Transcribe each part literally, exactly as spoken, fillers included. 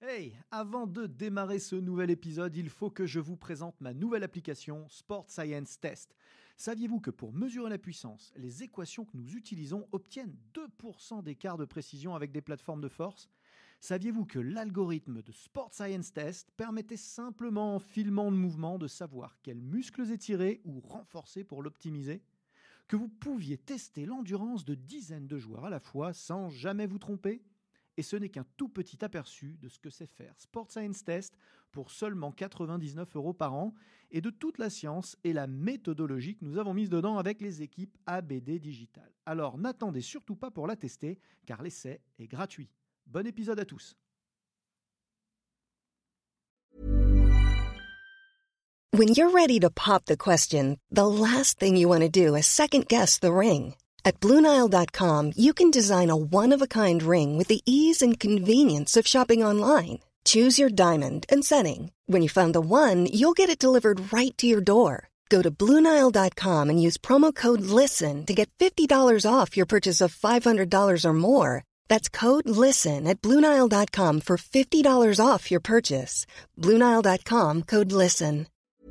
Hey, avant de démarrer ce nouvel épisode, il faut que je vous présente ma nouvelle application Sport Science Test. Saviez-vous que pour mesurer la puissance, les équations que nous utilisons obtiennent deux pour cent d'écart de précision avec des plateformes de force ? Saviez-vous que l'algorithme de Sport Science Test permettait simplement en filmant le mouvement de savoir quels muscles étirer ou renforcer pour l'optimiser ? Que vous pouviez tester l'endurance de dizaines de joueurs à la fois sans jamais vous tromper ? Et ce n'est qu'un tout petit aperçu de ce que c'est faire Sport Science Test pour seulement quatre-vingt-dix-neuf euros par an et de toute la science et la méthodologie que nous avons mise dedans avec les équipes A B D Digital. Alors n'attendez surtout pas pour la tester car l'essai est gratuit. Bon épisode à tous. When you're ready to pop the question, the last thing you want to do is second-guess the ring. At Blue Nile dot com, you can design a one-of-a-kind ring with the ease and convenience of shopping online. Choose your diamond and setting. When you find the one, you'll get it delivered right to your door. Go to Blue Nile dot com and use promo code LISTEN to get fifty dollars off your purchase of five hundred dollars or more. That's code LISTEN at Blue Nile dot com for fifty dollars off your purchase. Blue Nile dot com, code LISTEN.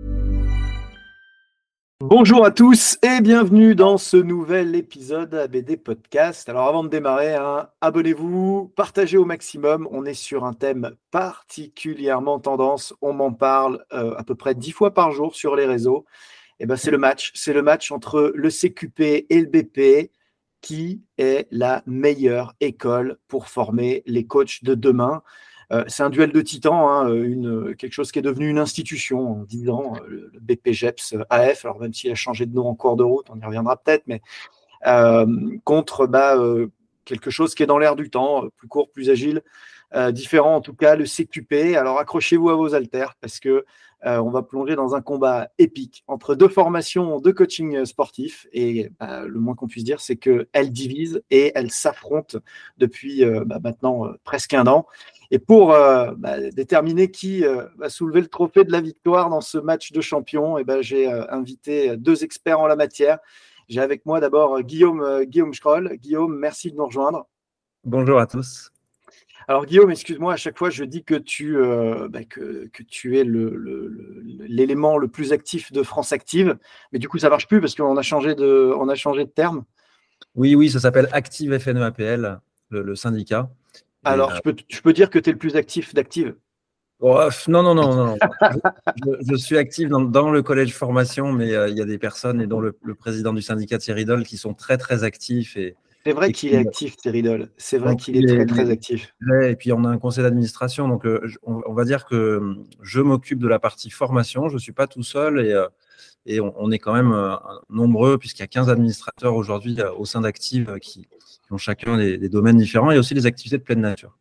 Bonjour à tous et bienvenue dans ce nouvel épisode A B D Podcast. Alors avant de démarrer, hein, abonnez-vous, partagez au maximum. On est sur un thème particulièrement tendance. On m'en parle euh, à peu près dix fois par jour sur les réseaux. Et ben, c'est le match. C'est le match entre le C Q P et le B P. Qui est la meilleure école pour former les coachs de demain ? Euh, c'est un duel de titans, hein, une, quelque chose qui est devenu une institution en dix ans, le, le B P G E P S A F, alors même s'il a changé de nom en cours de route, on y reviendra peut-être, mais euh, contre bah, euh, quelque chose qui est dans l'air du temps, plus court, plus agile, euh, différent en tout cas, le C Q P. Alors accrochez-vous à vos haltères parce que euh, on va plonger dans un combat épique entre deux formations de coaching sportif et bah, le moins qu'on puisse dire, c'est qu'elles divisent et elles s'affrontent depuis euh, bah, maintenant euh, presque un an. Et pour euh, bah, déterminer qui euh, va soulever le trophée de la victoire dans ce match de champion, eh ben, j'ai euh, invité deux experts en la matière. J'ai avec moi d'abord Guillaume, euh, Guillaume Schroll. Guillaume, merci de nous rejoindre. Bonjour à tous. Alors Guillaume, excuse-moi, à chaque fois je dis que tu, euh, bah, que, que tu es le, le, le, l'élément le plus actif de France Active, mais du coup ça ne marche plus parce qu'on a changé de, on a changé de terme. Oui, oui, ça s'appelle Active F N E A P L, le, le syndicat. Alors, Et, je, peux, je peux dire que tu es le plus actif d'Active. Oh, non, non, non, non. je, je suis actif dans, dans le collège formation, mais euh, il y a des personnes, et dont le, le président du syndicat, Thierry Doll, qui sont très, très actifs. Et, c'est vrai et qu'il qui, est actif, Thierry Doll. C'est vrai qu'il est les, très, très actif. Et puis, on a un conseil d'administration. Donc, euh, on, on va dire que je m'occupe de la partie formation. Je ne suis pas tout seul et, euh, et on, on est quand même euh, nombreux, puisqu'il y a quinze administrateurs aujourd'hui euh, au sein d'Active euh, qui, qui ont chacun des, des domaines différents et aussi des activités de pleine nature.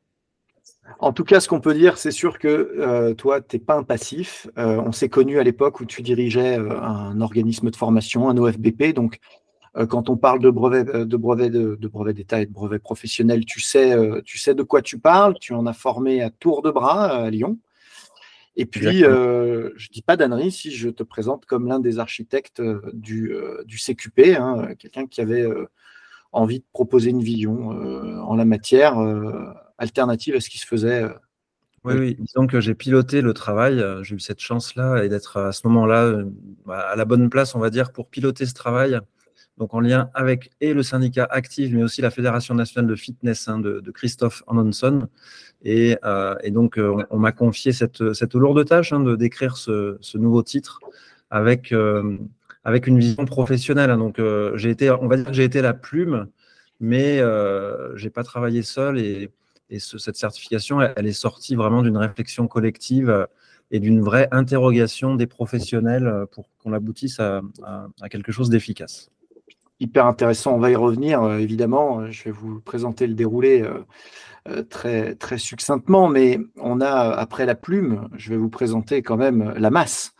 En tout cas, ce qu'on peut dire, c'est sûr que euh, toi, tu n'es pas un passif. Euh, on s'est connus à l'époque où tu dirigeais euh, un organisme de formation, un O F B P. Donc, euh, quand on parle de brevet, de brevet, de, de brevet d'État et de brevet professionnel, tu sais, euh, tu sais de quoi tu parles. Tu en as formé à tour de bras à Lyon. Et puis, euh, je ne dis pas d'ânerie si je te présente comme l'un des architectes du, euh, du C Q P, hein, quelqu'un qui avait euh, envie de proposer une vision euh, en la matière euh, alternative à ce qui se faisait. Euh, oui, oui, disons que j'ai piloté le travail, j'ai eu cette chance-là et d'être à ce moment-là à la bonne place, on va dire, pour piloter ce travail. Donc en lien avec et le syndicat Active, mais aussi la Fédération nationale de fitness hein, de, de Christophe Antonson. Et, euh, et donc, on, on m'a confié cette, cette lourde tâche hein, de d'écrire ce, ce nouveau titre avec, euh, avec une vision professionnelle. Hein. Donc, euh, j'ai été, on va dire que j'ai été la plume, mais euh, je n'ai pas travaillé seul. Et, et ce, cette certification, elle, elle est sortie vraiment d'une réflexion collective et d'une vraie interrogation des professionnels pour qu'on aboutisse à, à, à quelque chose d'efficace. Hyper intéressant, on va y revenir euh, évidemment. Je vais vous présenter le déroulé euh, euh, très, très succinctement, mais on a, après la plume, je vais vous présenter quand même la masse.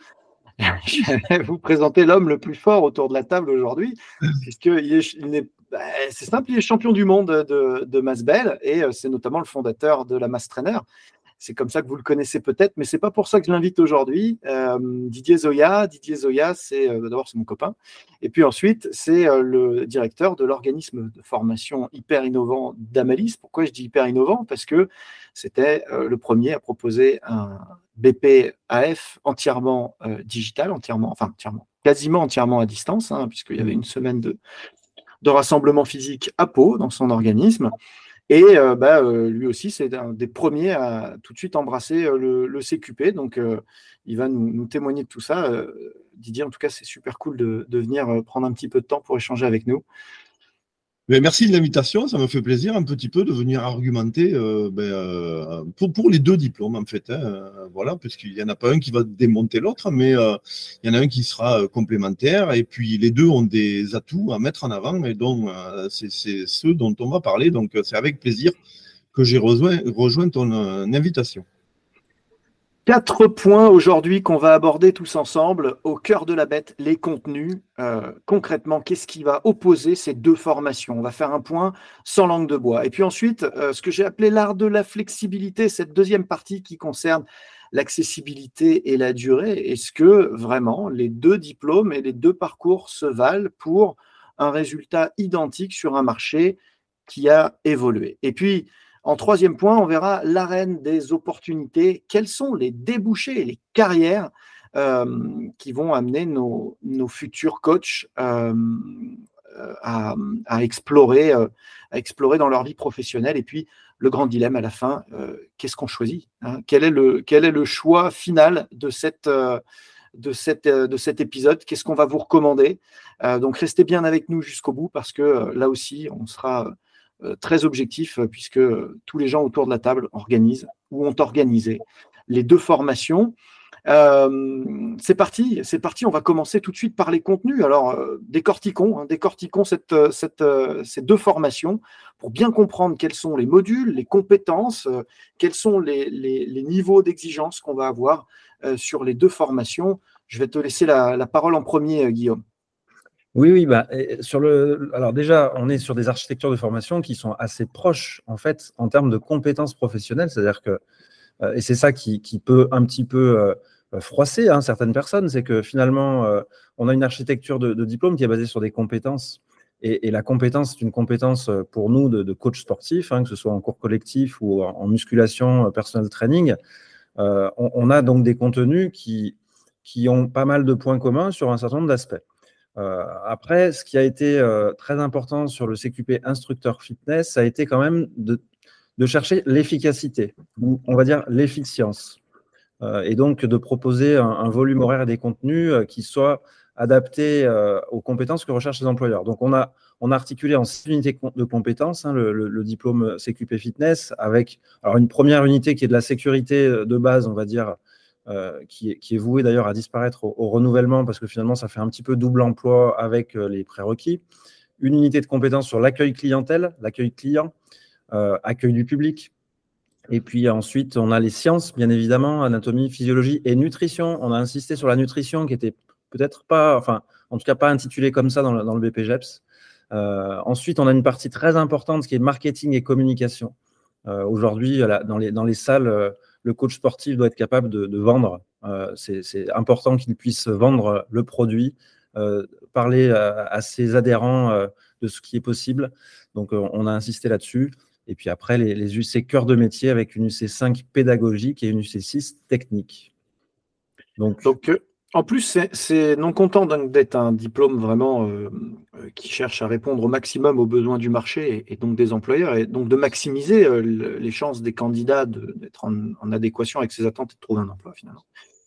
Je vais vous présenter l'homme le plus fort autour de la table aujourd'hui, puisqu'il est, il est, bah, c'est simple, il est champion du monde de, de masse belle et euh, c'est notamment le fondateur de la masse trainer. C'est comme ça que vous le connaissez peut-être, mais c'est pas pour ça que je l'invite aujourd'hui. Euh, Didier Zoya, Didier Zoya, c'est euh, d'abord c'est mon copain, et puis ensuite c'est euh, le directeur de l'organisme de formation hyper innovant d'Amalis. Pourquoi je dis hyper innovant? Parce que c'était euh, le premier à proposer un B P A F entièrement euh, digital, entièrement, enfin entièrement, quasiment entièrement à distance, hein, puisqu'il y avait une semaine de, de rassemblement physique à Pau dans son organisme. Et euh, bah, euh, lui aussi, c'est un des premiers à tout de suite embrasser euh, le, le C Q P. Donc, euh, il va nous, nous témoigner de tout ça. Euh, Didier, en tout cas, c'est super cool de, de venir euh, prendre un petit peu de temps pour échanger avec nous. Mais merci de l'invitation, ça me fait plaisir un petit peu de venir argumenter euh, ben, euh, pour, pour les deux diplômes en fait. Hein, euh, voilà, puisqu'il n'y en a pas un qui va démonter l'autre, mais euh, il y en a un qui sera euh, complémentaire et puis les deux ont des atouts à mettre en avant et donc euh, c'est, c'est ceux dont on va parler. Donc c'est avec plaisir que j'ai rejoint, rejoint ton euh, invitation. Quatre points aujourd'hui qu'on va aborder tous ensemble. Au cœur de la bête, les contenus. Euh, concrètement, qu'est-ce qui va opposer ces deux formations? On va faire un point sans langue de bois. Et puis ensuite, euh, ce que j'ai appelé l'art de la flexibilité, cette deuxième partie qui concerne l'accessibilité et la durée. Est-ce que vraiment les deux diplômes et les deux parcours se valent pour un résultat identique sur un marché qui a évolué? Et puis, en troisième point, on verra l'arène des opportunités. Quels sont les débouchés et les carrières euh, qui vont amener nos, nos futurs coachs euh, à, à, explorer, euh, à explorer dans leur vie professionnelle? Et puis, le grand dilemme à la fin, euh, qu'est-ce qu'on choisit, hein? Quel est le, quel est le choix final de cette... Euh, De, cette, de cet épisode? Qu'est-ce qu'on va vous recommander? euh, Donc, restez bien avec nous jusqu'au bout parce que euh, là aussi, on sera euh, très objectif euh, puisque euh, tous les gens autour de la table organisent ou ont organisé les deux formations. Euh, c'est parti, c'est parti. On va commencer tout de suite par les contenus. Alors, euh, décortiquons, hein, décortiquons cette, cette, euh, ces deux formations pour bien comprendre quels sont les modules, les compétences, euh, quels sont les, les, les niveaux d'exigence qu'on va avoir euh, sur les deux formations. Je vais te laisser la, la parole en premier, euh, Guillaume. Oui, oui. Bah, sur le, alors déjà, on est sur des architectures de formation qui sont assez proches, en fait, en termes de compétences professionnelles. C'est-à-dire que, euh, et c'est ça qui, qui peut un petit peu euh, froisser hein, certaines personnes, c'est que finalement, euh, on a une architecture de, de diplôme qui est basée sur des compétences. Et, et la compétence, c'est une compétence pour nous de, de coach sportif, hein, que ce soit en cours collectif ou en, en musculation, personal training. Euh, on, on a donc des contenus qui, qui ont pas mal de points communs sur un certain nombre d'aspects. Euh, après, ce qui a été euh, très important sur le C Q P instructeur fitness, ça a été quand même de, de chercher l'efficacité, ou on va dire l'efficience, euh, et donc de proposer un, un volume horaire et des contenus euh, qui soient adaptés euh, aux compétences que recherchent les employeurs. Donc, on a, on a articulé en six unités de compétences hein, le, le, le diplôme C Q P fitness avec alors une première unité qui est de la sécurité de base, on va dire, Euh, qui, est, qui est voué d'ailleurs à disparaître au, au renouvellement parce que finalement, ça fait un petit peu double emploi avec euh, les prérequis. Une unité de compétences sur l'accueil clientèle, l'accueil client, euh, accueil du public. Et puis ensuite, on a les sciences, bien évidemment, anatomie, physiologie et nutrition. On a insisté sur la nutrition qui était peut-être pas, enfin, en tout cas pas intitulée comme ça dans le, dans le B P G E P S. Euh, ensuite, on a une partie très importante qui est marketing et communication. Euh, aujourd'hui, dans les, dans les salles, euh, le coach sportif doit être capable de, de vendre. Euh, c'est, c'est important qu'il puisse vendre le produit, euh, parler à, à ses adhérents euh, de ce qui est possible. Donc, euh, on a insisté là-dessus. Et puis après, les, les U C cœur de métier avec une U C cinq pédagogique et une U C six technique. Donc, Donc euh, en plus, c'est, c'est non content d'être un diplôme vraiment euh, qui cherche à répondre au maximum aux besoins du marché et, et donc des employeurs, et donc de maximiser euh, le, les chances des candidats de, d'être en, en adéquation avec ses attentes et de trouver un emploi finalement.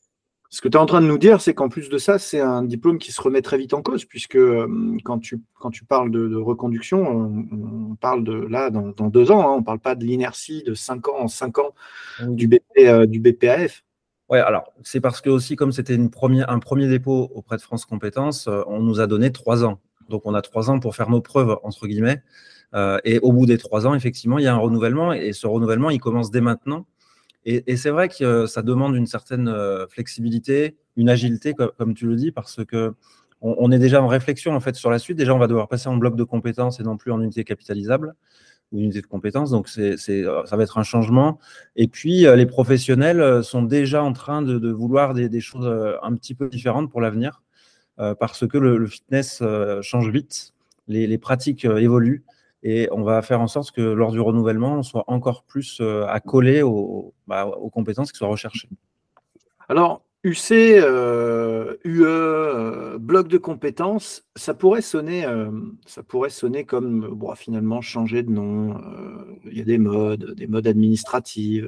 Ce que tu es en train de nous dire, c'est qu'en plus de ça, c'est un diplôme qui se remet très vite en cause, puisque euh, quand, tu, quand tu parles de, de reconduction, on, on parle de là dans, dans deux ans, hein, on ne parle pas de l'inertie de cinq ans en cinq ans du, B P, euh, du B P A F. Oui, alors c'est parce que aussi, comme c'était une première, un premier dépôt auprès de France Compétences, euh, on nous a donné trois ans. Donc on a trois ans pour faire nos preuves, entre guillemets. Euh, et au bout des trois ans, effectivement, il y a un renouvellement, et ce renouvellement, il commence dès maintenant. Et, et c'est vrai que euh, ça demande une certaine euh, flexibilité, une agilité, comme, comme tu le dis, parce que on, on est déjà en réflexion en fait sur la suite. Déjà, on va devoir passer en bloc de compétences et non plus en unité capitalisable. unité de compétences. Donc, c'est, c'est, ça va être un changement. Et puis, les professionnels sont déjà en train de, de vouloir des, des choses un petit peu différentes pour l'avenir, euh, parce que le, le fitness change vite, les, les pratiques évoluent, et on va faire en sorte que lors du renouvellement, on soit encore plus à coller aux, bah, aux compétences qui soient recherchées. Alors, U C, euh, U E, euh, bloc de compétences, ça pourrait sonner, euh, ça pourrait sonner comme bon, finalement changer de nom. Il euh, y a des modes, des modes administratifs.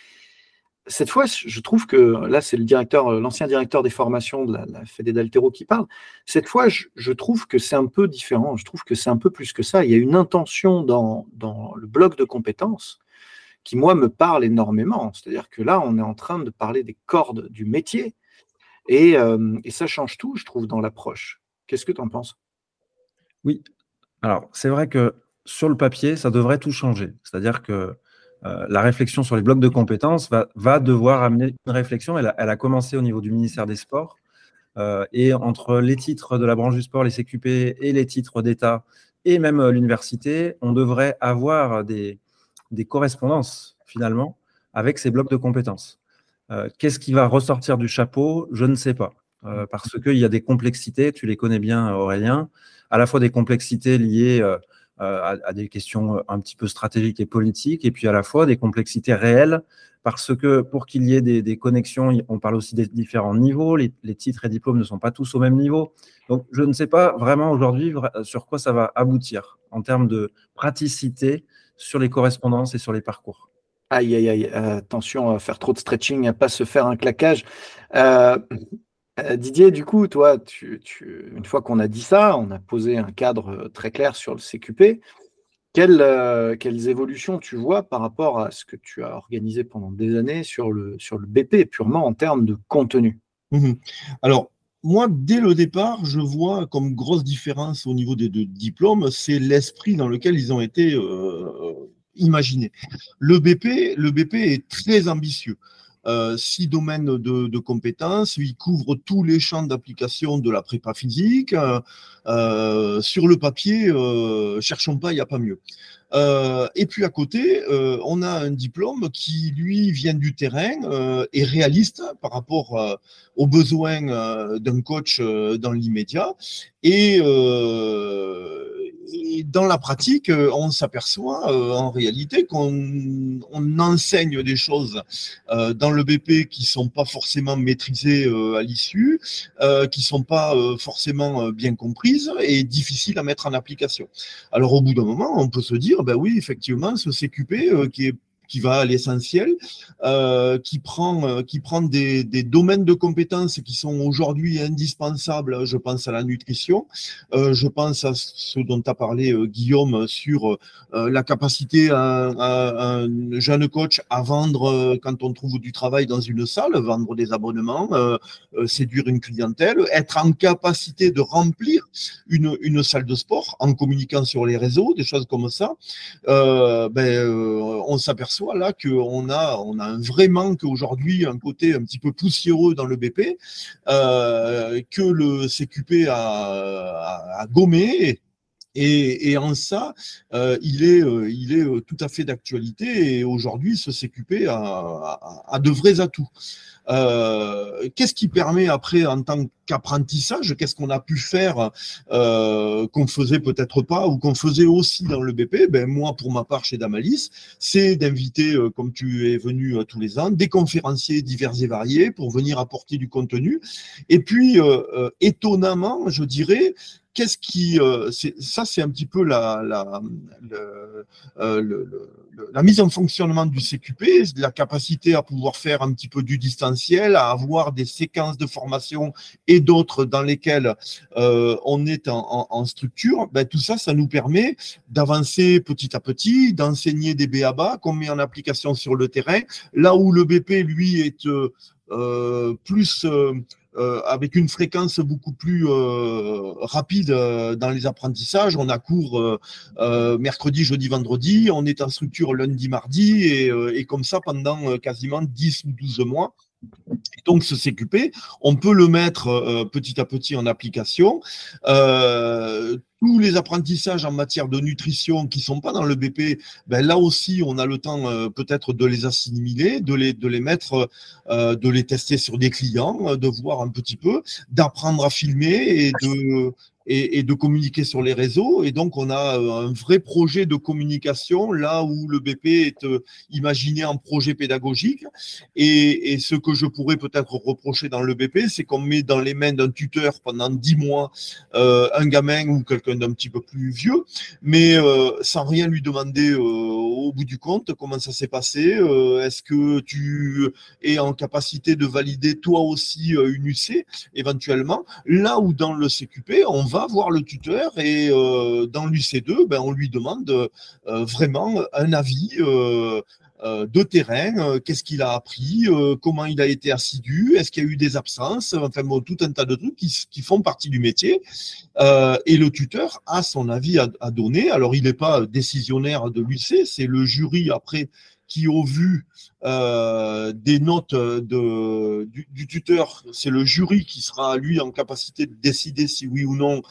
Cette fois, je trouve que là, c'est le directeur, l'ancien directeur des formations de la, la Fédé d'Altéro qui parle. Cette fois, je, je trouve que c'est un peu différent. Je trouve que c'est un peu plus que ça. Il y a une intention dans, dans le bloc de compétences qui, moi, me parle énormément. C'est-à-dire que là, on est en train de parler des cordes du métier et, euh, et ça change tout, je trouve, dans l'approche. Qu'est-ce que tu en penses? Oui. Alors, c'est vrai que sur le papier, ça devrait tout changer. C'est-à-dire que euh, la réflexion sur les blocs de compétences va, va devoir amener une réflexion. Elle a, elle a commencé au niveau du ministère des Sports. Euh, et entre les titres de la branche du sport, les C Q P, et les titres d'État, et même euh, l'université, on devrait avoir des, des correspondances, finalement, avec ces blocs de compétences. Euh, qu'est-ce qui va ressortir du chapeau? Je ne sais pas. Euh, parce qu'il y a des complexités, tu les connais bien, Aurélien, à la fois des complexités liées euh, à, à des questions un petit peu stratégiques et politiques, et puis à la fois des complexités réelles, parce que pour qu'il y ait des, des connexions, on parle aussi des différents niveaux, les, les titres et diplômes ne sont pas tous au même niveau. Donc, je ne sais pas vraiment aujourd'hui sur quoi ça va aboutir en termes de praticité sur les correspondances et sur les parcours. Aïe, aïe, aïe, euh, attention à faire trop de stretching, à ne pas se faire un claquage. Euh, euh, Didier, du coup, toi, tu, tu, une fois qu'on a dit ça, on a posé un cadre très clair sur le C Q P. Quelles, euh, quelles évolutions tu vois par rapport à ce que tu as organisé pendant des années sur le, sur le B P, purement en termes de contenu? Mmh. Alors, moi, dès le départ, je vois comme grosse différence au niveau des deux diplômes, c'est l'esprit dans lequel ils ont été euh, imaginés. Le B P, le B P est très ambitieux. Euh, six domaines de, de compétences, il couvre tous les champs d'application de la prépa physique. Euh, euh, sur le papier, euh, cherchons pas, il n'y a pas mieux. Euh, et puis à côté, euh, on a un diplôme qui, lui, vient du terrain, euh, est réaliste par rapport euh, aux besoins euh, d'un coach euh, dans l'immédiat. Et, euh, et dans la pratique, on s'aperçoit euh, en réalité qu'on on enseigne des choses euh, dans le B P qui sont pas forcément maîtrisées euh, à l'issue, euh, qui sont pas euh, forcément euh, bien comprises et difficiles à mettre en application. Alors au bout d'un moment, on peut se dire, ben oui, effectivement, ce C Q P euh, qui est qui va à l'essentiel, euh, qui prend, euh, qui prend des, des domaines de compétences qui sont aujourd'hui indispensables. Je pense à la nutrition, euh, je pense à ce dont a parlé euh, Guillaume sur euh, la capacité à, à, à un jeune coach à vendre euh, quand on trouve du travail dans une salle, vendre des abonnements, euh, euh, séduire une clientèle, être en capacité de remplir une, une salle de sport en communiquant sur les réseaux, des choses comme ça. Euh, ben, euh, on s'aperçoit là qu'on a, on a un vrai manque aujourd'hui, un côté un petit peu poussiéreux dans le B P, euh, que le C Q P a, a, a gommé. Et, et en ça, euh, il est, euh, il est euh, tout à fait d'actualité. Et aujourd'hui, ce C Q P a, a, a de vrais atouts. Euh, qu'est-ce qui permet après, en tant qu'apprentissage, qu'est-ce qu'on a pu faire euh, qu'on faisait peut-être pas ou qu'on faisait aussi dans le B P? Ben moi, pour ma part, chez Damalis, c'est d'inviter, euh, comme tu es venu euh, tous les ans, des conférenciers divers et variés pour venir apporter du contenu. Et puis, euh, euh, étonnamment, je dirais, qu'est-ce qui, euh, c'est, ça c'est un petit peu la, la, le, euh, le, le, la mise en fonctionnement du C Q P, la capacité à pouvoir faire un petit peu du distanciel, à avoir des séquences de formation et d'autres dans lesquelles euh, on est en, en, en structure. Ben, tout ça, ça nous permet d'avancer petit à petit, d'enseigner des B A B A qu'on met en application sur le terrain, là où le B P, lui, est euh, euh, plus... Euh, Euh, avec une fréquence beaucoup plus euh, rapide euh, dans les apprentissages. On a cours euh, euh, mercredi, jeudi, vendredi, on est en structure lundi, mardi, et, euh, et comme ça pendant euh, quasiment dix ou douze mois. Et donc, ce C Q P, on peut le mettre euh, petit à petit en application. Euh, tous les apprentissages en matière de nutrition qui sont pas dans le B P, ben là aussi, on a le temps euh, peut-être de les assimiler, de les, de les mettre, euh, de les tester sur des clients, de voir un petit peu, d'apprendre à filmer et de, et, et de communiquer sur les réseaux. Et donc, on a un vrai projet de communication là où le B P est euh, imaginé en projet pédagogique. Et, et ce que je pourrais peut-être reprocher dans le B P, c'est qu'on met dans les mains d'un tuteur pendant dix mois euh, un gamin ou quelqu'un d'un petit peu plus vieux, mais euh, sans rien lui demander euh, au bout du compte comment ça s'est passé. Euh, est-ce que tu es en capacité de valider toi aussi euh, une U C éventuellement? Là où dans le C Q P, on va voir le tuteur et euh, dans l'U C deux, ben, on lui demande euh, vraiment un avis euh, euh, de terrain, euh, qu'est-ce qu'il a appris, euh, comment il a été assidu, est-ce qu'il y a eu des absences, enfin bon, tout un tas de trucs qui, qui font partie du métier. Euh, et le tuteur a son avis à, à donner. Alors, il n'est pas décisionnaire de l'U C, c'est le jury après qui, au vu euh, des notes de, du, du tuteur, c'est le jury qui sera, lui, en capacité de décider si oui ou non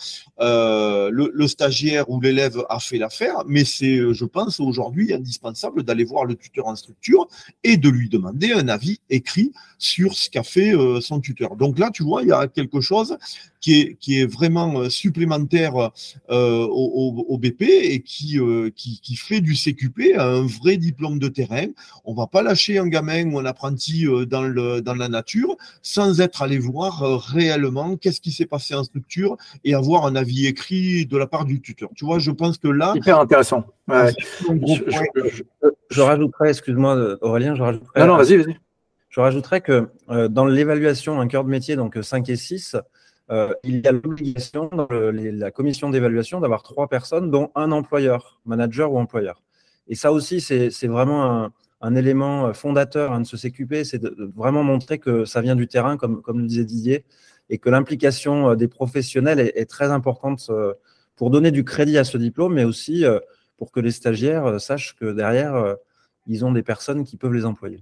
euh, le, le stagiaire ou l'élève a fait l'affaire. Mais c'est, je pense, aujourd'hui indispensable d'aller voir le tuteur en structure et de lui demander un avis écrit sur ce qu'a fait euh, son tuteur. Donc là, tu vois, il y a quelque chose qui est, qui est vraiment supplémentaire euh, au, au, au B P et qui, euh, qui, qui fait du C Q P un vrai diplôme de terrain. On ne va pas lâcher un gamin ou un apprenti euh, dans, le, dans la nature sans être allé voir euh, réellement qu'est-ce qui s'est passé en structure et avoir un avis écrit de la part du tuteur. Tu vois, je pense que là… Hyper intéressant. Ouais. Je, je, je, je rajouterais, excuse-moi Aurélien, je rajouterais… Non, non, vas-y, vas-y. Je rajouterais que euh, dans l'évaluation, un cœur de métier, donc cinq et six, euh, il y a l'obligation dans le, les, la commission d'évaluation d'avoir trois personnes, dont un employeur, manager ou employeur. Et ça aussi, c'est, c'est vraiment un, un élément fondateur hein, de ce C Q P, c'est de, de vraiment montrer que ça vient du terrain, comme, comme le disait Didier, et que l'implication des professionnels est, est très importante euh, pour donner du crédit à ce diplôme, mais aussi euh, pour que les stagiaires euh, sachent que derrière, euh, ils ont des personnes qui peuvent les employer.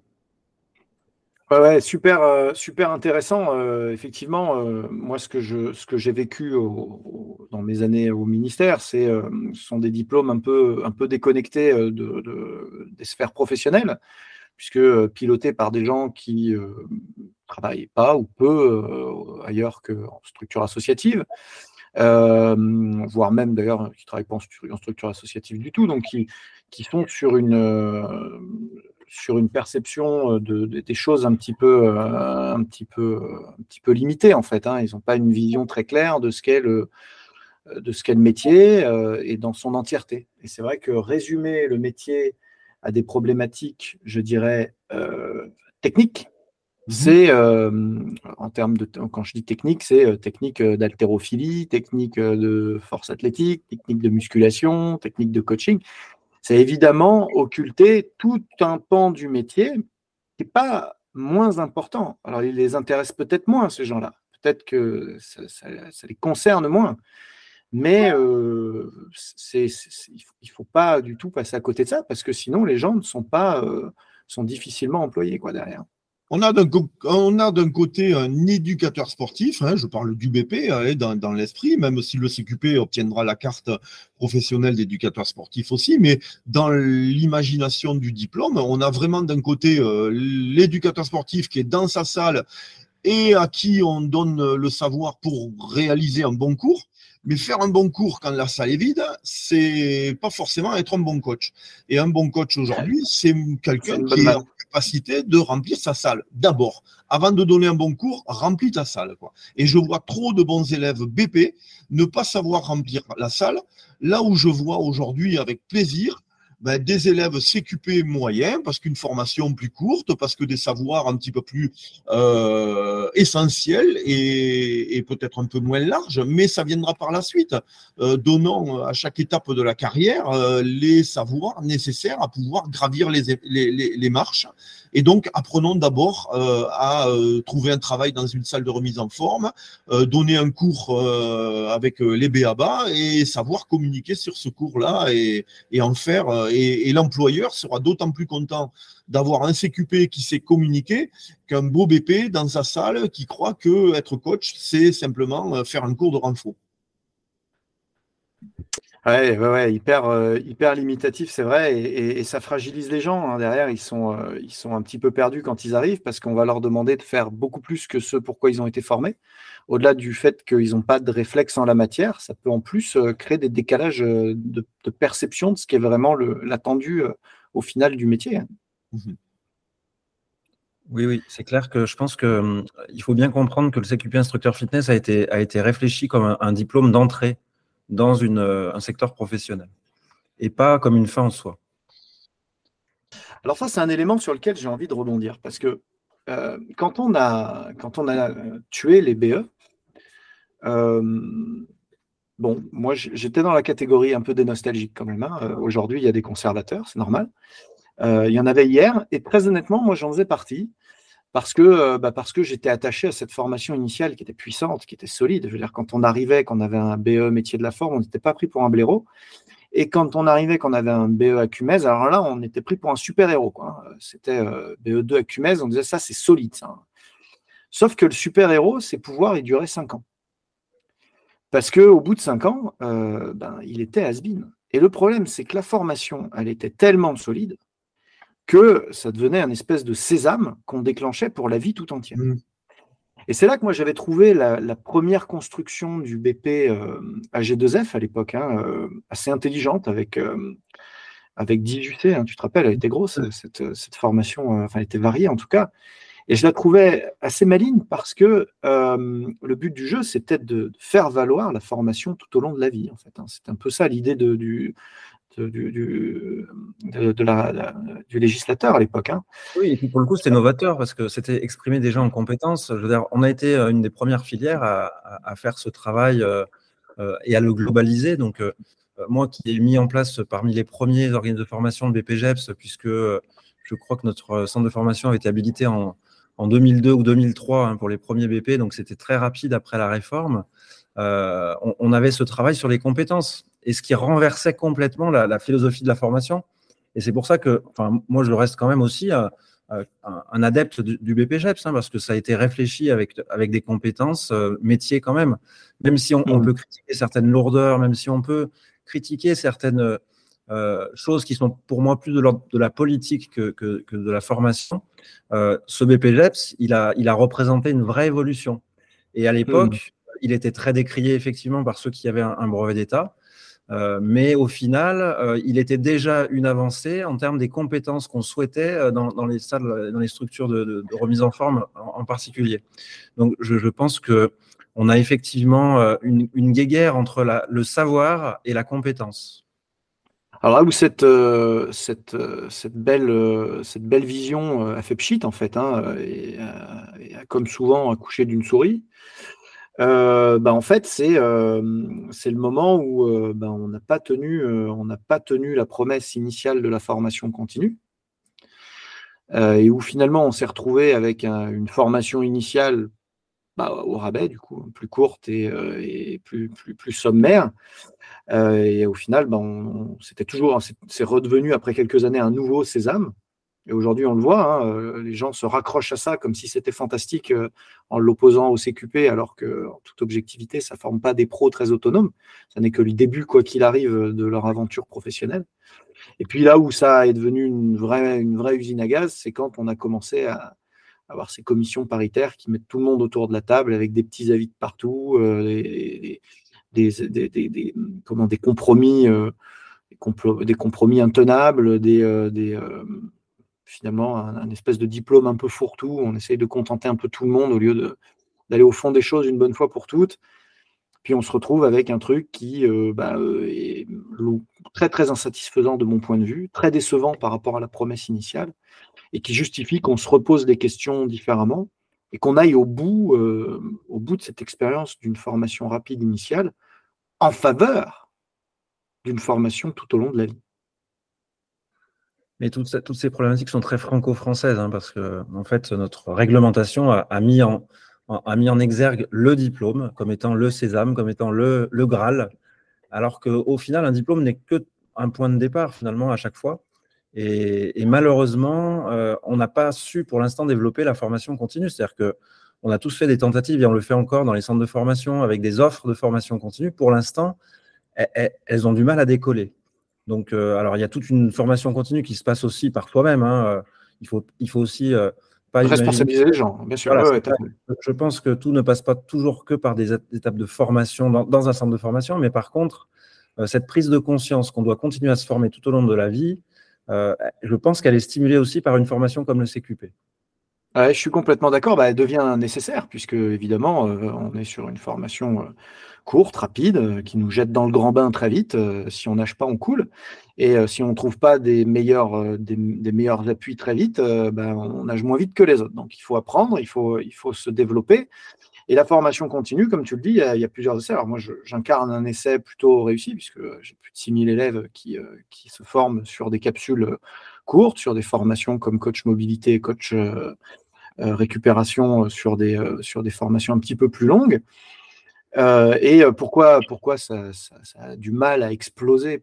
Ouais, ouais, super, euh, super intéressant. Euh, effectivement, euh, moi, ce que je, ce que j'ai vécu au, au, dans mes années au ministère, c'est, euh, ce sont des diplômes un peu, un peu déconnectés de, de, des sphères professionnelles, puisque euh, pilotés par des gens qui euh, travaillent pas ou peu euh, ailleurs qu'en structure associative, euh, voire même d'ailleurs qui travaillent pas en, stru- en structure associative du tout, donc qui, qui sont sur une euh, sur une perception de, de, des choses un petit peu, euh, un petit peu, un petit peu limitée en fait. Hein. Ils n'ont pas une vision très claire de ce qu'est le, de ce qu'est le métier euh, et dans son entièreté. Et c'est vrai que résumer le métier à des problématiques, je dirais, euh, techniques, mmh. c'est, euh, en termes de, quand je dis technique, c'est euh, technique d'haltérophilie, technique de force athlétique, technique de musculation, technique de coaching. C'est évidemment occulter tout un pan du métier qui n'est pas moins important. Alors, il les intéresse peut-être moins, ces gens-là. Peut-être que ça, ça, ça les concerne moins. Mais euh, c'est, c'est, il ne faut pas du tout passer à côté de ça, parce que sinon, les gens ne sont pas, euh, sont difficilement employés quoi, derrière. On a, d'un, on a d'un côté un éducateur sportif, hein, je parle du B P hein, dans, dans l'esprit, même si le C Q P obtiendra la carte professionnelle d'éducateur sportif aussi, mais dans l'imagination du diplôme, on a vraiment d'un côté euh, l'éducateur sportif qui est dans sa salle et à qui on donne le savoir pour réaliser un bon cours. Mais faire un bon cours quand la salle est vide, c'est pas forcément être un bon coach. Et un bon coach aujourd'hui, c'est quelqu'un qui est en capacité de remplir sa salle. D'abord, avant de donner un bon cours, remplis ta salle, quoi. Et je vois trop de bons élèves B P ne pas savoir remplir la salle. Là où je vois aujourd'hui avec plaisir ben, des élèves C Q P moyens, parce qu'une formation plus courte, parce que des savoirs un petit peu plus euh, essentiels et, et peut-être un peu moins larges, mais ça viendra par la suite, euh, donnant à chaque étape de la carrière euh, les savoirs nécessaires à pouvoir gravir les, les, les, les marches. Et donc, apprenons d'abord euh, à euh, trouver un travail dans une salle de remise en forme, euh, donner un cours euh, avec euh, les B A B A et savoir communiquer sur ce cours-là et, et en faire. Euh, et, et l'employeur sera d'autant plus content d'avoir un C Q P qui sait communiquer qu'un beau B P dans sa salle qui croit que être coach, c'est simplement faire un cours de renfort. Ouais, ouais, ouais, hyper, euh, hyper limitatif, c'est vrai, et, et- et ça fragilise les gens, hein. Derrière, ils sont, euh, ils sont un petit peu perdus quand ils arrivent parce qu'on va leur demander de faire beaucoup plus que ce pour quoi ils ont été formés. Au-delà du fait qu'ils n'ont pas de réflexe en la matière, ça peut en plus euh, créer des décalages euh, de, de perception de ce qui est vraiment le- l'attendu euh, au final du métier, hein. Mhm. Oui, oui, c'est clair que je pense que hum, il faut bien comprendre que le C Q P instructeur fitness a été, a été réfléchi comme un, un diplôme d'entrée dans une, euh, un secteur professionnel et pas comme une fin en soi. Alors ça, c'est un élément sur lequel j'ai envie de rebondir parce que euh, quand on a, quand on a euh, tué les B E, euh, bon, moi j- j'étais dans la catégorie un peu des nostalgiques quand même, hein. Euh, Aujourd'hui, il y a des conservateurs, c'est normal. Euh, il y en avait hier, et très honnêtement, moi j'en faisais partie parce que, euh, bah, parce que j'étais attaché à cette formation initiale qui était puissante, qui était solide. Je veux dire, quand on arrivait, qu'on avait un B E métier de la forme, on n'était pas pris pour un blaireau. Et quand on arrivait, qu'on avait un B E à Cumèze, alors là, on était pris pour un super-héros, quoi. C'était euh, B E deux à Cumèze, on disait ça, c'est solide, ça. Sauf que le super-héros, ses pouvoirs, ils duraient cinq ans. Parce qu'au bout de cinq ans, euh, ben, il était has-been. Et le problème, c'est que la formation, elle était tellement solide que ça devenait un espèce de sésame qu'on déclenchait pour la vie tout entière. Mhm. Et c'est là que moi j'avais trouvé la, la première construction du B P euh, à G deux F à l'époque, hein, euh, assez intelligente avec, euh, avec dix U C, hein, tu te rappelles, elle était grosse, cette, cette formation, euh, enfin elle était variée en tout cas. Et je la trouvais assez maligne parce que euh, le but du jeu, c'est peut-être de, de faire valoir la formation tout au long de la vie, en fait, hein. C'est un peu ça l'idée de, du, de, du, du, de, de la, la, du législateur à l'époque, hein. Oui, et puis pour le coup, c'était novateur parce que c'était exprimer déjà en compétences. Je veux dire, on a été euh, une des premières filières à, à, à faire ce travail euh, euh, et à le globaliser. Donc, euh, moi qui ai mis en place parmi les premiers organismes de formation le B P G E P S, puisque euh, je crois que notre centre de formation avait été habilité en, en deux mille deux ou deux mille trois hein, pour les premiers B P, donc c'était très rapide après la réforme. Euh, on, on avait ce travail sur les compétences et ce qui renversait complètement la, la philosophie de la formation. Et c'est pour ça que, enfin, moi, je reste quand même aussi euh, euh, un adepte du, du B P G E P S, hein, parce que ça a été réfléchi avec, avec des compétences euh, métiers quand même. Même si on, on peut critiquer certaines lourdeurs, même si on peut critiquer certaines euh, choses qui sont pour moi plus de l'ordre de la politique que, que, que de la formation, euh, ce B P G E P S, il a, il a représenté une vraie évolution. Et à l'époque, mmh. il était très décrié effectivement par ceux qui avaient un, un brevet d'État. Euh, mais au final, euh, il était déjà une avancée en termes des compétences qu'on souhaitait euh, dans, dans les salles, dans les structures de, de, de remise en forme en, en particulier. Donc, je, je pense que on a effectivement euh, une, une guéguerre entre la, le savoir et la compétence. Alors là où cette, euh, cette, euh, cette, belle, euh, cette belle vision euh, a fait pchit, en fait, hein, et, euh, et a comme souvent accouché d'une souris, euh, bah, en fait, c'est euh, c'est le moment où euh, bah, on n'a pas, tenu, euh, on n'a pas tenu la promesse initiale de la formation continue, euh, et où finalement on s'est retrouvé avec un, une formation initiale bah, au rabais, du coup, plus courte et, euh, et plus, plus, plus sommaire. Euh, et au final, ben, on, on, c'était toujours, c'est redevenu après quelques années un nouveau sésame. Et aujourd'hui, on le voit, hein, euh, les gens se raccrochent à ça comme si c'était fantastique euh, en l'opposant au C Q P, alors que, en toute objectivité, ça ne forme pas des pros très autonomes. Ça n'est que le début, quoi qu'il arrive, de leur aventure professionnelle. Et puis là où ça est devenu une vraie, une vraie usine à gaz, c'est quand on a commencé à avoir ces commissions paritaires qui mettent tout le monde autour de la table avec des petits avis de partout, euh, et, Des, des, des, des, comment, des compromis, euh, des, complo- des compromis intenables, des, euh, des, euh, finalement un, un espèce de diplôme un peu fourre-tout. On essaye de contenter un peu tout le monde au lieu de, d'aller au fond des choses une bonne fois pour toutes. Puis on se retrouve avec un truc qui euh, bah, euh, est très très insatisfaisant de mon point de vue, très décevant par rapport à la promesse initiale, et qui justifie qu'on se repose des questions différemment et qu'on aille au bout, euh, au bout de cette expérience d'une formation rapide initiale en faveur d'une formation tout au long de la vie. Mais toutes, toutes ces problématiques sont très franco-françaises, hein, parce que en fait, notre réglementation a, a, mis en, a mis en exergue le diplôme comme étant le sésame, comme étant le, le Graal, alors qu'au final, un diplôme n'est qu'un point de départ, finalement, à chaque fois. Et, et malheureusement, euh, on n'a pas su, pour l'instant, développer la formation continue. C'est-à-dire qu'on a tous fait des tentatives, et on le fait encore dans les centres de formation, avec des offres de formation continue. Pour l'instant, elles, elles ont du mal à décoller. Donc, euh, alors, il y a toute une formation continue qui se passe aussi par soi-même. Hein. Il faut, il faut aussi euh, pas responsabiliser imaginer... les gens, bien sûr. Voilà, ouais, pas... Je pense que tout ne passe pas toujours que par des étapes de formation dans, dans un centre de formation, mais par contre, euh, cette prise de conscience qu'on doit continuer à se former tout au long de la vie, euh, je pense qu'elle est stimulée aussi par une formation comme le C Q P. Ouais, je suis complètement d'accord. Bah, elle devient nécessaire puisque, évidemment, euh, on est sur une formation euh, courte, rapide, euh, qui nous jette dans le grand bain très vite. Euh, si on nage pas, on coule. Et euh, si on ne trouve pas des meilleurs, euh, des, des meilleurs appuis très vite, euh, bah, on nage moins vite que les autres. Donc, il faut apprendre, il faut, il faut se développer. Et la formation continue, comme tu le dis, il y a, il y a plusieurs essais. Alors moi, je, j'incarne un essai plutôt réussi, puisque j'ai plus de six mille élèves qui, euh, qui se forment sur des capsules courtes, sur des formations comme coach mobilité, coach euh, euh, récupération, sur des, euh, sur des formations un petit peu plus longues. Euh, et pourquoi, pourquoi ça, ça, ça a du mal à exploser,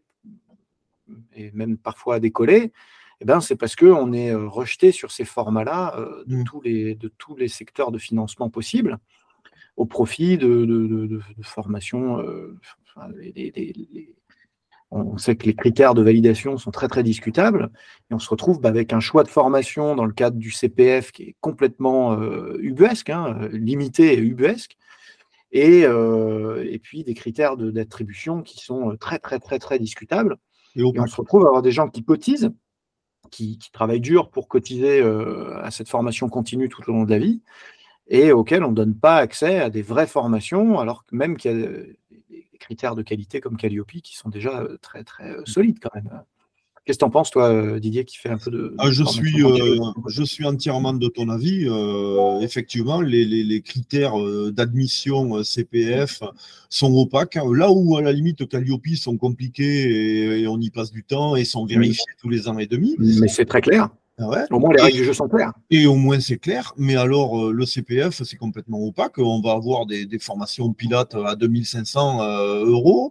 et même parfois à décoller? Eh ben, c'est parce qu'on est rejeté sur ces formats-là euh, de, mmh. tous les, de tous les secteurs de financement possibles, au profit de, de, de, de, de formations. Euh, enfin, les, les, les, on sait que les critères de validation sont très très discutables, et on se retrouve bah, avec un choix de formation dans le cadre du C P F qui est complètement euh, ubuesque, hein, limité et ubuesque, et, euh, et puis des critères de, d'attribution qui sont très très très très discutables. Et, et on se retrouve à avoir des gens qui cotisent, qui, qui travaillent dur pour cotiser euh, à cette formation continue tout au long de la vie, et auxquels on ne donne pas accès à des vraies formations, alors que même qu'il y a des critères de qualité comme Calliope qui sont déjà très, très solides quand même. Qu'est-ce que tu en penses, toi, Didier, qui fait un peu de... Ah, je, suis, euh, je suis entièrement de ton avis. Euh, effectivement, les, les, les critères d'admission C P F sont opaques. Là où, à la limite, Calliope sont compliqués et, et on y passe du temps et sont vérifiés oui. tous les ans et demi. Mais c'est très clair. Ouais. Au moins, les et, règles du jeu sont claires. Et au moins, c'est clair. Mais alors, le C P F, c'est complètement opaque. On va avoir des, des formations pilotes à deux mille cinq cents euh, euros.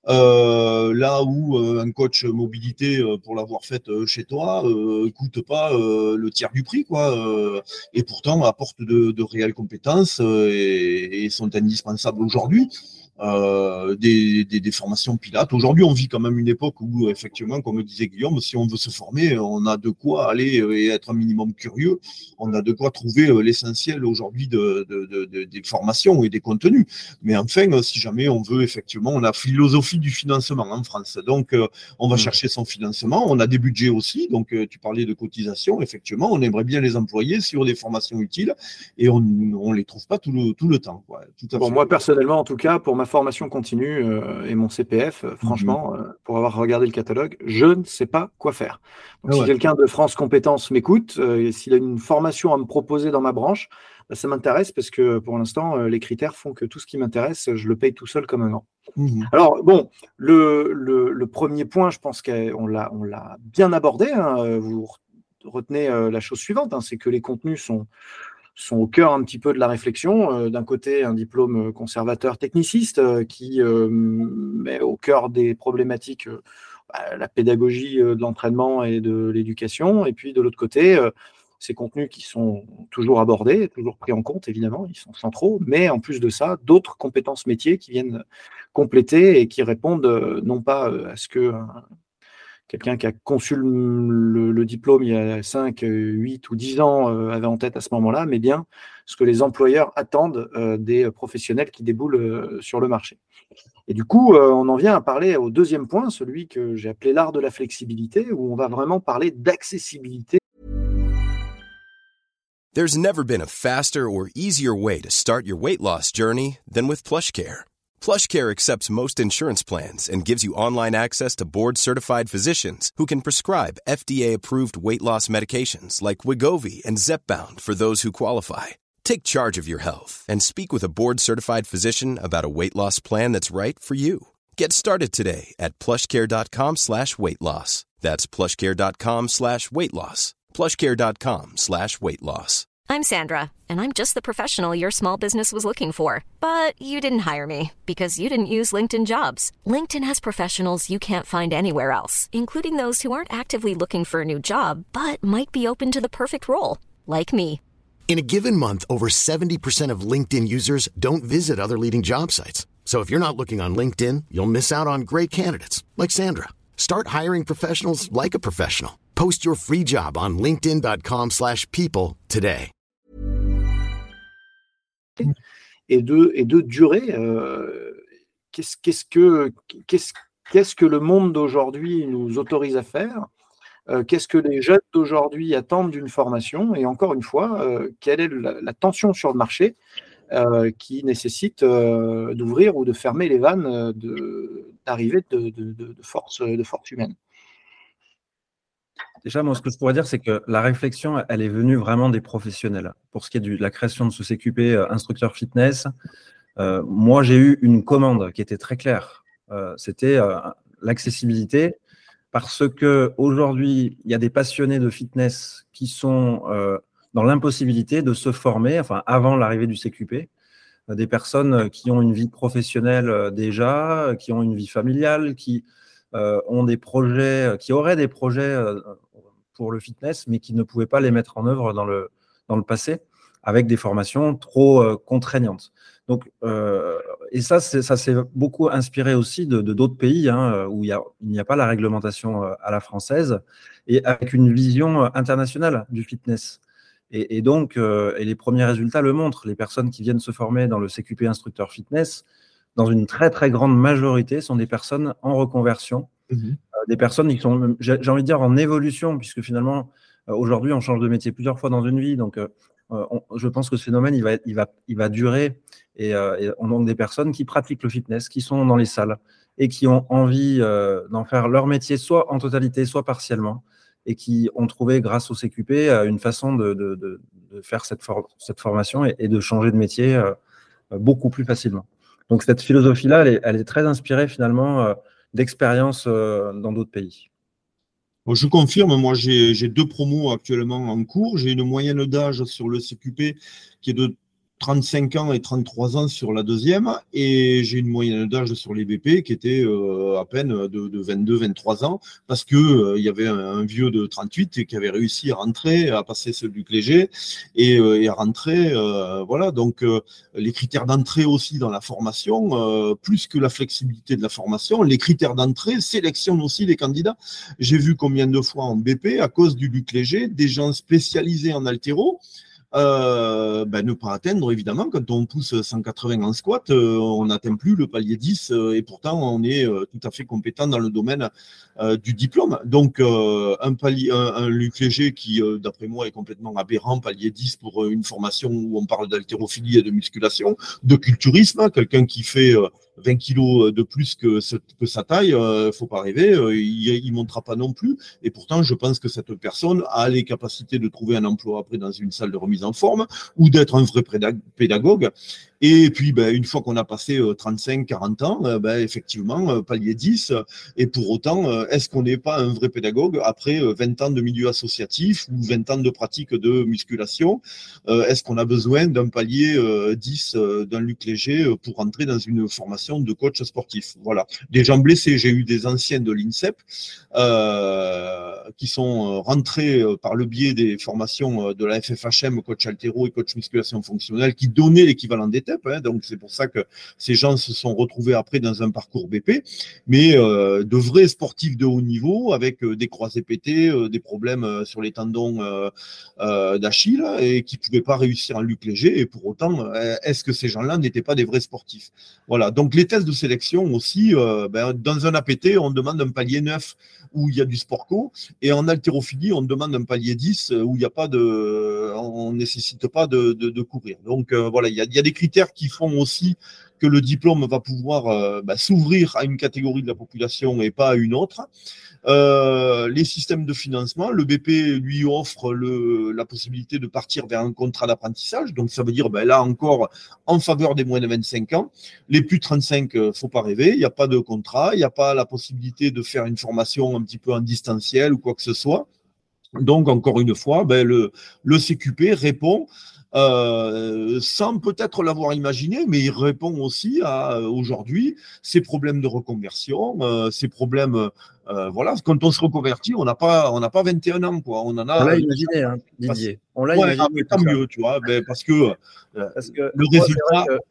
Euh, là où euh, un coach mobilité, euh, pour l'avoir faite euh, chez toi, euh, coûte pas euh, le tiers du prix, quoi. Euh, et pourtant, apporte de, de réelles compétences euh, et, et sont indispensables aujourd'hui. Euh, des, des, des formations pilates. Aujourd'hui, on vit quand même une époque où, effectivement, comme disait Guillaume, si on veut se former, on a de quoi aller et être un minimum curieux. On a de quoi trouver l'essentiel aujourd'hui de, de, de, de, des formations et des contenus. Mais enfin, si jamais on veut, effectivement, on a philosophie du financement en France. Donc, euh, on va mmh. chercher son financement. On a des budgets aussi. Donc, euh, tu parlais de cotisation. Effectivement, on aimerait bien les employer sur des formations utiles et on ne les trouve pas tout le, tout le temps, quoi. Tout à bon, fait. Moi, personnellement, en tout cas, pour ma formation continue euh, et mon C P F, euh, franchement, mmh. euh, pour avoir regardé le catalogue, je ne sais pas quoi faire. Donc, ah si ouais. quelqu'un de France Compétences m'écoute, euh, et s'il a une formation à me proposer dans ma branche, bah, ça m'intéresse parce que pour l'instant, euh, les critères font que tout ce qui m'intéresse, je le paye tout seul comme un an. Mmh. Alors, bon, le, le, le premier point, je pense qu'on l'a, on l'a bien abordé. Hein, vous retenez euh, la chose suivante, hein, c'est que les contenus sont... sont au cœur un petit peu de la réflexion. Euh, d'un côté, un diplôme conservateur techniciste euh, qui euh, met au cœur des problématiques euh, bah, la pédagogie euh, de l'entraînement et de l'éducation. Et puis, de l'autre côté, euh, ces contenus qui sont toujours abordés, toujours pris en compte, évidemment, ils sont centraux. Mais en plus de ça, d'autres compétences métiers qui viennent compléter et qui répondent euh, non pas à ce que... Euh, quelqu'un qui a conçu le, le diplôme il y a cinq, huit ou dix ans euh, avait en tête à ce moment-là, mais bien ce que les employeurs attendent euh, des professionnels qui déboulent euh, sur le marché. Et du coup, euh, on en vient à parler au deuxième point, celui que j'ai appelé l'art de la flexibilité, où on va vraiment parler d'accessibilité. There's never been a faster or easier way to start your weight loss journey than with PlushCare. PlushCare accepts most insurance plans and gives you online access to board-certified physicians who can prescribe F D A-approved weight loss medications like Wegovy and Zepbound for those who qualify. Take charge of your health and speak with a board-certified physician about a weight loss plan that's right for you. Get started today at plushcare.com slash weight loss. That's plushcare.com slash weight loss. plushcare.com slash weight loss. I'm Sandra, and I'm just the professional your small business was looking for. But you didn't hire me because you didn't use LinkedIn Jobs. LinkedIn has professionals you can't find anywhere else, including those who aren't actively looking for a new job, but might be open to the perfect role, like me. In a given month, over seventy percent of LinkedIn users don't visit other leading job sites. So if you're not looking on LinkedIn, you'll miss out on great candidates like Sandra. Start hiring professionals like a professional. Post your free job on linkedin dot com slash people today. Et de, et de durée, euh, qu'est-ce, qu'est-ce, que, qu'est-ce, qu'est-ce que le monde d'aujourd'hui nous autorise à faire ? Euh, qu'est-ce que les jeunes d'aujourd'hui attendent d'une formation ? Et encore une fois, euh, quelle est la, la tension sur le marché euh, qui nécessite euh, d'ouvrir ou de fermer les vannes de, d'arrivée de, de, de, de, force, de force humaine ? Déjà, moi, ce que je pourrais dire, c'est que la réflexion, elle est venue vraiment des professionnels. Pour ce qui est du, de la création de ce C Q P euh, instructeur fitness, euh, moi, j'ai eu une commande qui était très claire. Euh, c'était euh, l'accessibilité, parce que aujourd'hui, il y a des passionnés de fitness qui sont euh, dans l'impossibilité de se former, enfin, avant l'arrivée du C Q P, euh, des personnes qui ont une vie professionnelle euh, déjà, qui ont une vie familiale, qui euh, ont des projets, qui auraient des projets euh, pour le fitness, mais qui ne pouvaient pas les mettre en œuvre dans le, dans le passé, avec des formations trop euh, contraignantes. Donc, euh, et ça, c'est, ça s'est beaucoup inspiré aussi de, de d'autres pays hein, où il, y a, il n'y a pas la réglementation euh, à la française, et avec une vision euh, internationale du fitness. Et, et donc, euh, et les premiers résultats le montrent, les personnes qui viennent se former dans le C Q P instructeur fitness, dans une très, très grande majorité, sont des personnes en reconversion, mmh. Des personnes qui sont, j'ai envie de dire, en évolution, puisque finalement, euh, aujourd'hui, on change de métier plusieurs fois dans une vie. Donc, euh, on, je pense que ce phénomène, il va, il va, il va durer. Et, euh, et on a donc des personnes qui pratiquent le fitness, qui sont dans les salles et qui ont envie euh, d'en faire leur métier, soit en totalité, soit partiellement, et qui ont trouvé, grâce au C Q P, euh, une façon de, de, de, de faire cette, for- cette formation et, et de changer de métier euh, beaucoup plus facilement. Donc, cette philosophie-là, elle est, elle est très inspirée, finalement, euh, d'expériences euh, dans d'autres pays. Je confirme, moi j'ai, j'ai deux promos actuellement en cours. J'ai une moyenne d'âge sur le C Q P qui est de trente-cinq ans et trente-trois ans sur la deuxième, et j'ai une moyenne d'âge sur les B P qui était euh, à peine de, de vingt-deux vingt-trois ans, parce que euh, il y avait un, un vieux de trente-huit et qui avait réussi à rentrer, à passer ce Luc Léger et, euh, et à rentrer, euh, voilà. Donc euh, les critères d'entrée aussi dans la formation, euh, plus que la flexibilité de la formation, les critères d'entrée sélectionnent aussi les candidats. J'ai vu combien de fois en B P, à cause du Luc Léger, des gens spécialisés en haltéro, Euh, ben, ne pas atteindre, évidemment, quand on pousse cent quatre-vingts en squat, euh, on n'atteint plus le palier dix euh, et pourtant on est euh, tout à fait compétent dans le domaine euh, du diplôme. Donc euh, un, palier, un, un Luc Léger qui, euh, d'après moi, est complètement aberrant, palier dix pour euh, une formation où on parle d'haltérophilie et de musculation, de culturisme, quelqu'un qui fait euh, vingt kilos de plus que, ce, que sa taille, euh, faut pas rêver, euh, il ne montera pas non plus. Et pourtant, je pense que cette personne a les capacités de trouver un emploi après dans une salle de remise en forme ou d'être un vrai pédagogue. Et puis, ben, une fois qu'on a passé euh, trente-cinq quarante ans, euh, ben, effectivement, euh, palier dix. Euh, et pour autant, euh, est-ce qu'on n'est pas un vrai pédagogue après euh, vingt ans de milieu associatif ou vingt ans de pratique de musculation? euh, Est-ce qu'on a besoin d'un palier euh, dix, euh, d'un Luc Léger euh, pour entrer dans une formation de coach sportif? Voilà. Des gens blessés. J'ai eu des anciens de l'INSEP euh, qui sont rentrés euh, par le biais des formations euh, de la F F H M, coach haltéro et coach musculation fonctionnelle, qui donnaient l'équivalent des T E P. Hein, donc, c'est pour ça que ces gens se sont retrouvés après dans un parcours B P. Mais euh, de vrais sportifs de haut niveau avec euh, des croisés pétés, euh, des problèmes euh, sur les tendons euh, euh, d'Achille et qui ne pouvaient pas réussir en Luc Léger. Et pour autant, euh, est-ce que ces gens-là n'étaient pas des vrais sportifs? Voilà. Donc, les tests de sélection aussi, euh, ben, dans un A P T, on demande un palier neuf où il y a du sport co, et en haltérophilie, on demande un palier dix où il n'y a pas de, on nécessite pas de, de, de courir. Donc euh, voilà, il y a, il y a des critères qui font aussi que le diplôme va pouvoir euh, bah, s'ouvrir à une catégorie de la population et pas à une autre. Euh, les systèmes de financement, le B P lui offre le, la possibilité de partir vers un contrat d'apprentissage, donc ça veut dire ben, là encore en faveur des moins de vingt-cinq ans. Les plus de trente-cinq, euh, faut pas rêver, il n'y a pas de contrat, il n'y a pas la possibilité de faire une formation un petit peu en distanciel ou quoi que ce soit. Donc encore une fois, ben, le, le C Q P répond Euh, sans peut-être l'avoir imaginé, mais il répond aussi à euh, aujourd'hui ces problèmes de reconversion, euh, ces problèmes, euh, voilà, quand on se reconvertit, on n'a pas, on n'a pas vingt et un ans, quoi. On en a. On l'a imaginé, hein, Didier. On l'a ouais, imaginé. ah, tant mieux, tu vois, ben, parce que, euh, parce que le résultat. Que...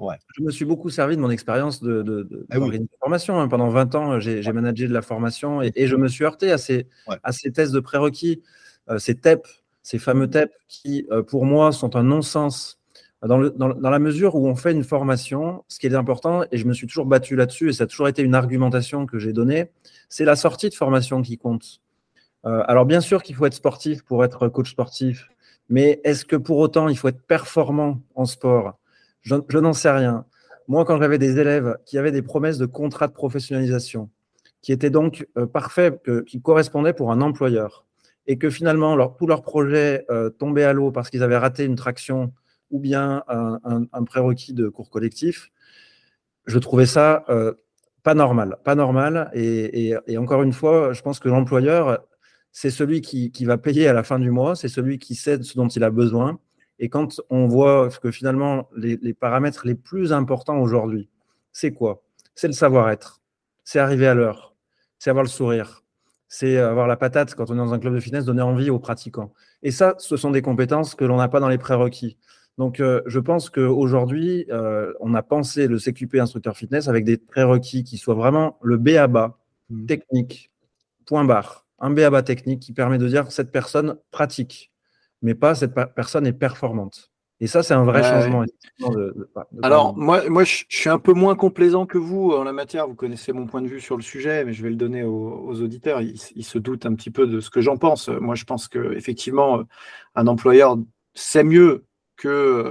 Ouais. Je me suis beaucoup servi de mon expérience de, de, de, Ah oui. de formation. Hein. Pendant vingt ans, j'ai, j'ai managé de la formation et, et je me suis heurté à ces, ouais. à ces tests de prérequis, euh, ces T E P, ces fameux T E P qui, euh, pour moi, sont un non-sens dans, le, dans, dans la mesure où on fait une formation. Ce qui est important, et je me suis toujours battu là-dessus, et ça a toujours été une argumentation que j'ai donnée, c'est la sortie de formation qui compte. Euh, alors, bien sûr qu'il faut être sportif pour être coach sportif, mais est-ce que pour autant, il faut être performant en sport ? Je, je n'en sais rien. Moi, quand j'avais des élèves qui avaient des promesses de contrat de professionnalisation, qui étaient donc euh, parfaits, que, qui correspondaient pour un employeur, et que finalement, leur, tout leur projet euh, tombait à l'eau parce qu'ils avaient raté une traction ou bien un, un, un prérequis de cours collectif, je trouvais ça euh, pas normal. Pas normal. Et, et, et encore une fois, je pense que l'employeur, c'est celui qui, qui va payer à la fin du mois, c'est celui qui sait ce dont il a besoin. Et quand on voit que finalement, les, les paramètres les plus importants aujourd'hui, c'est quoi ? C'est le savoir-être, c'est arriver à l'heure, c'est avoir le sourire, c'est avoir la patate quand on est dans un club de fitness, donner envie aux pratiquants. Et ça, ce sont des compétences que l'on n'a pas dans les prérequis. Donc, euh, je pense qu'aujourd'hui, euh, on a pensé le C Q P instructeur fitness avec des prérequis qui soient vraiment le B A B A mmh. technique, point barre. Un B A B A technique qui permet de dire cette personne pratique, mais pas cette personne est performante. Et ça, c'est un vrai ouais, changement. Ouais. De, de, de, de Alors, moi, moi, je suis un peu moins complaisant que vous en la matière. Vous connaissez mon point de vue sur le sujet, mais je vais le donner aux, aux auditeurs. Ils, ils se doutent un petit peu de ce que j'en pense. Moi, je pense qu'effectivement, un employeur sait mieux que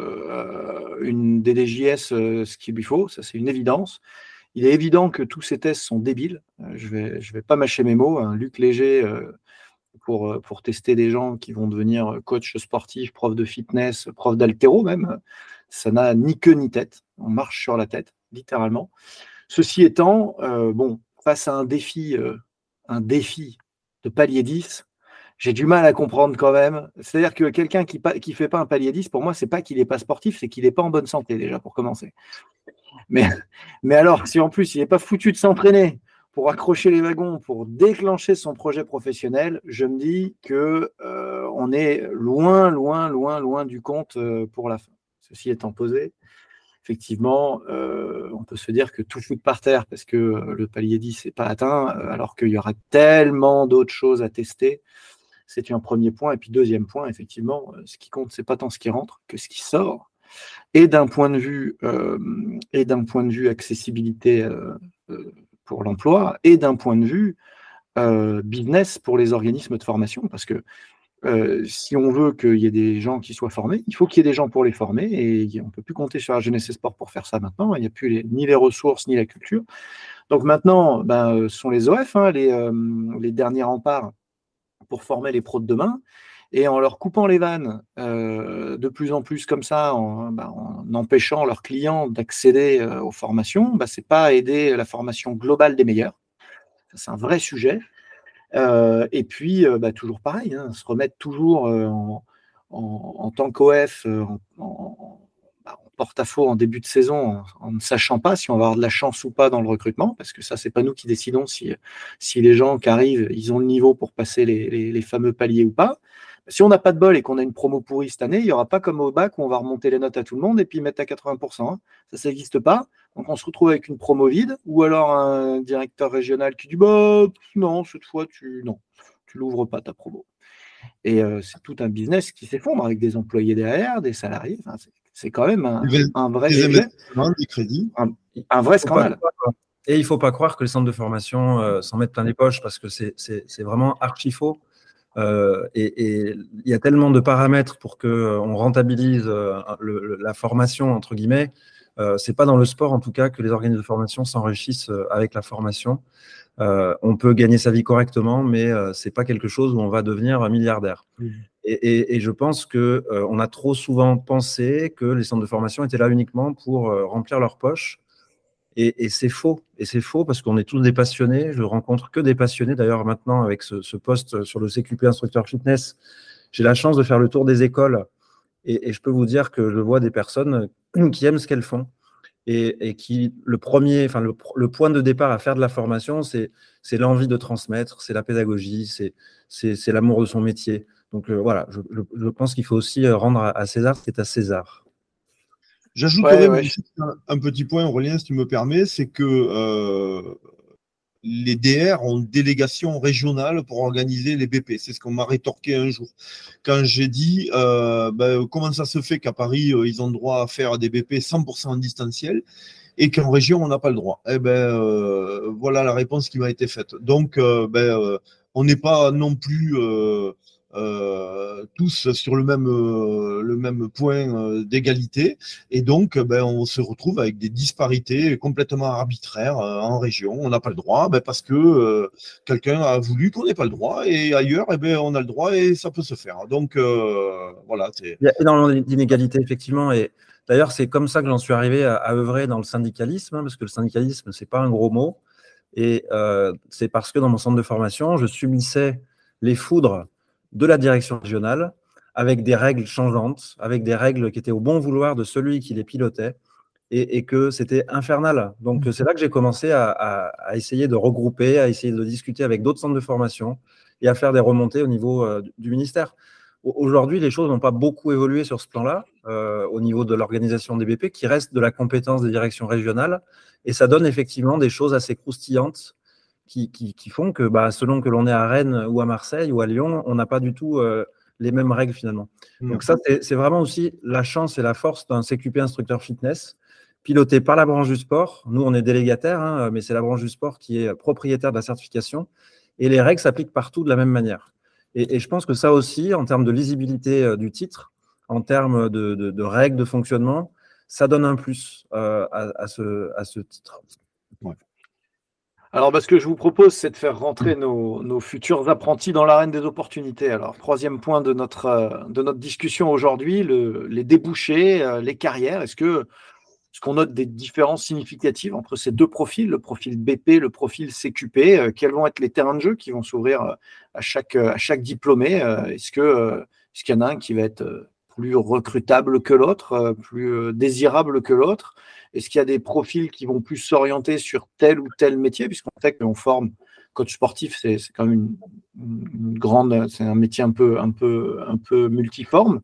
euh, une D D J S euh, ce qu'il lui faut. Ça, c'est une évidence. Il est évident que tous ces tests sont débiles. Euh, je vais, je vais pas mâcher mes mots. Hein. Luc Léger... Euh, Pour, pour tester des gens qui vont devenir coach sportif, prof de fitness, prof d'haltéro même. Ça n'a ni queue ni tête. On marche sur la tête, littéralement. Ceci étant, euh, bon, face à un défi, euh, un défi de palier dix, j'ai du mal à comprendre quand même. C'est-à-dire que quelqu'un qui ne fait pas un palier dix, pour moi, c'est pas qu'il n'est pas sportif, c'est qu'il n'est pas en bonne santé déjà, pour commencer. Mais, mais alors, si en plus, il n'est pas foutu de s'entraîner pour accrocher les wagons, pour déclencher son projet professionnel, je me dis qu'on euh, est loin, loin, loin, loin du compte euh, pour la fin. Ceci étant posé, effectivement, euh, on peut se dire que tout fout par terre parce que euh, le palier dix n'est pas atteint, euh, alors qu'il y aura tellement d'autres choses à tester. C'est un premier point. Et puis deuxième point, effectivement, ce qui compte, c'est pas tant ce qui rentre que ce qui sort. Et d'un point de vue, euh, et d'un point de vue accessibilité euh, euh, pour l'emploi et d'un point de vue euh, business pour les organismes de formation, parce que euh, si on veut qu'il y ait des gens qui soient formés, il faut qu'il y ait des gens pour les former, et on ne peut plus compter sur la jeunesse et sport pour faire ça maintenant. Il n'y a plus les, ni les ressources ni la culture. Donc maintenant, ben, ce sont les O F, hein, les, euh, les derniers remparts pour former les pros de demain. Et en leur coupant les vannes euh, de plus en plus comme ça, en, bah, en empêchant leurs clients d'accéder euh, aux formations, bah, ce n'est pas aider la formation globale des meilleurs. Ça, c'est un vrai sujet. Euh, et puis, euh, bah, toujours pareil, hein, se remettre toujours euh, en, en, en tant qu'O F, euh, en, en, bah, en porte-à-faux en début de saison, en, en ne sachant pas si on va avoir de la chance ou pas dans le recrutement, parce que ça, c'est pas nous qui décidons si, si les gens qui arrivent, ils ont le niveau pour passer les, les, les fameux paliers ou pas. Si on n'a pas de bol et qu'on a une promo pourrie cette année, il n'y aura pas comme au bac où on va remonter les notes à tout le monde et puis mettre à quatre-vingts pour cent. Hein. Ça, ça n'existe pas. Donc, on se retrouve avec une promo vide ou alors un directeur régional qui dit bah, non, cette fois, tu non, tu l'ouvres pas ta promo. Et euh, c'est tout un business qui s'effondre avec des employés derrière, des salariés. Enfin, c'est, c'est quand même un, un vrai des sujet, des crédits. Un, un vrai scandale. Et il ne faut pas croire que les centres de formation euh, s'en mettent plein les poches parce que c'est, c'est, c'est vraiment archi faux. Euh, et il y a tellement de paramètres pour qu'on euh, rentabilise euh, le, le, la formation, entre guillemets. Euh, ce n'est pas dans le sport, en tout cas, que les organismes de formation s'enrichissent euh, avec la formation. Euh, on peut gagner sa vie correctement, mais euh, ce n'est pas quelque chose où on va devenir milliardaire. Mmh. Et, et, et je pense qu'on euh, a trop souvent pensé que les centres de formation étaient là uniquement pour euh, remplir leurs poches. Et, et c'est faux. Et c'est faux parce qu'on est tous des passionnés. Je rencontre que des passionnés. D'ailleurs, maintenant, avec ce, ce poste sur le C Q P instructeur fitness, j'ai la chance de faire le tour des écoles. Et, et je peux vous dire que je vois des personnes qui aiment ce qu'elles font. Et, et qui, le premier, enfin, le, le point de départ à faire de la formation, c'est, c'est l'envie de transmettre, c'est la pédagogie, c'est, c'est, c'est l'amour de son métier. Donc euh, voilà, je, je, je pense qu'il faut aussi rendre à, à César ce qui est à César. J'ajouterais Ouais, ouais. un, un petit point, Aurélien, si tu me permets, c'est que euh, les D R ont une délégation régionale pour organiser les B P. C'est ce qu'on m'a rétorqué un jour. Quand j'ai dit euh, ben, comment ça se fait qu'à Paris, euh, ils ont le droit à faire des B P cent pour cent en distanciel et qu'en région, on n'a pas le droit. Eh ben, euh, voilà la réponse qui m'a été faite. Donc, euh, ben, euh, on n'est pas non plus euh, euh, tous sur le même, euh, le même point euh, d'égalité. Et donc, ben, on se retrouve avec des disparités complètement arbitraires euh, en région. On n'a pas le droit ben, parce que euh, quelqu'un a voulu qu'on n'ait pas le droit. Et ailleurs, eh ben, on a le droit et ça peut se faire. Donc, euh, voilà. C'est... Il y a énormément d'inégalités, effectivement. Et d'ailleurs, c'est comme ça que j'en suis arrivé à, à œuvrer dans le syndicalisme, hein, parce que le syndicalisme, ce n'est pas un gros mot. Et euh, c'est parce que dans mon centre de formation, je subissais les foudres de la direction régionale avec des règles changeantes, avec des règles qui étaient au bon vouloir de celui qui les pilotait et, et que c'était infernal. Donc, c'est là que j'ai commencé à, à, à essayer de regrouper, à essayer de discuter avec d'autres centres de formation et à faire des remontées au niveau euh, du ministère. Aujourd'hui, les choses n'ont pas beaucoup évolué sur ce plan-là, euh, au niveau de l'organisation des B P, qui reste de la compétence des directions régionales. Et ça donne effectivement des choses assez croustillantes qui, qui, qui font que, bah, selon que l'on est à Rennes ou à Marseille ou à Lyon, on n'a pas du tout euh, les mêmes règles finalement. Mmh. Donc ça, c'est, c'est vraiment aussi la chance et la force d'un C Q P instructeur fitness, piloté par la branche du sport. Nous, on est délégataire, hein, mais c'est la branche du sport qui est propriétaire de la certification. Et les règles s'appliquent partout de la même manière. Et, et je pense que ça aussi, en termes de lisibilité euh, du titre, en termes de, de, de règles de fonctionnement, ça donne un plus euh, à, à, ce, à ce titre. Ouais. Alors, bah, ce que je vous propose, c'est de faire rentrer nos, nos futurs apprentis dans l'arène des opportunités. Alors, troisième point de notre, euh, de notre discussion aujourd'hui, le, les débouchés, euh, les carrières. Est-ce que Est-ce qu'on note des différences significatives entre ces deux profils, le profil B P, le profil C Q P? euh, Quels vont être les terrains de jeu qui vont s'ouvrir euh, à chaque, à chaque diplômé? euh, Est-ce que, euh, est-ce qu'il y en a un qui va être euh, plus recrutable que l'autre, euh, plus euh, désirable que l'autre? Est-ce qu'il y a des profils qui vont plus s'orienter sur tel ou tel métier? Puisqu'on sait qu'on forme coach sportif, c'est, c'est quand même une, une grande, c'est un métier un peu, un peu, un peu multiforme.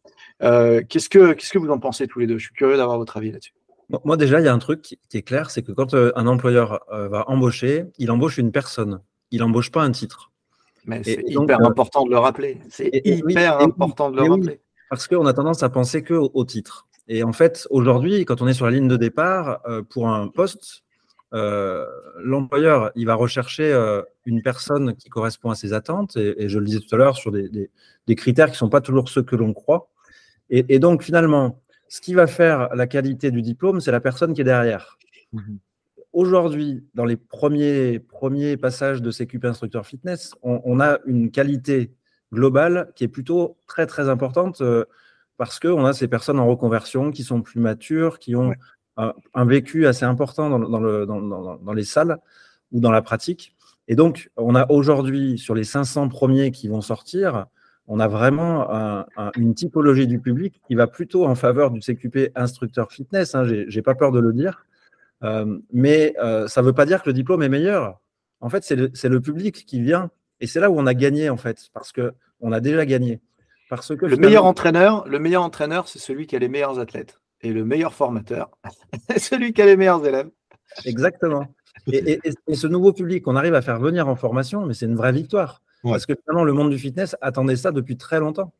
Euh, qu'est-ce que, qu'est-ce que vous en pensez tous les deux? Je suis curieux d'avoir votre avis là-dessus. Bon, moi, déjà, il y a un truc qui, qui est clair, c'est que quand euh, un employeur euh, va embaucher, il embauche une personne. Il n'embauche pas un titre. Mais et, c'est et hyper donc, important de le rappeler. C'est et, et, hyper oui, important oui, de le rappeler. Oui, parce qu'on a tendance à penser qu'au au titre. Et en fait, aujourd'hui, quand on est sur la ligne de départ, euh, pour un poste, euh, l'employeur, il va rechercher euh, une personne qui correspond à ses attentes. Et, et je le disais tout à l'heure, sur des, des, des critères qui ne sont pas toujours ceux que l'on croit. Et, et donc, finalement, ce qui va faire la qualité du diplôme, c'est la personne qui est derrière. Mmh. Aujourd'hui, dans les premiers, premiers passages de C Q P instructeur fitness, on, on a une qualité globale qui est plutôt très, très importante euh, parce qu'on a ces personnes en reconversion qui sont plus matures, qui ont ouais. un, un vécu assez important dans, dans, le, dans, dans, dans les salles ou dans la pratique. Et donc, on a aujourd'hui, sur les cinq cents premiers qui vont sortir, on a vraiment un, un, une typologie du public qui va plutôt en faveur du C Q P instructeur fitness, hein, j'ai, j'ai pas peur de le dire, euh, mais euh, ça ne veut pas dire que le diplôme est meilleur. En fait, c'est le, c'est le public qui vient, et c'est là où on a gagné, en fait, parce qu'on a déjà gagné. Parce que le, finalement... meilleur entraîneur, le meilleur entraîneur, c'est celui qui a les meilleurs athlètes, et le meilleur formateur, c'est celui qui a les meilleurs élèves. Exactement. Et, et, et ce nouveau public qu'on arrive à faire venir en formation, mais c'est une vraie victoire. Ouais. Parce que finalement, le monde du fitness attendait ça depuis très longtemps.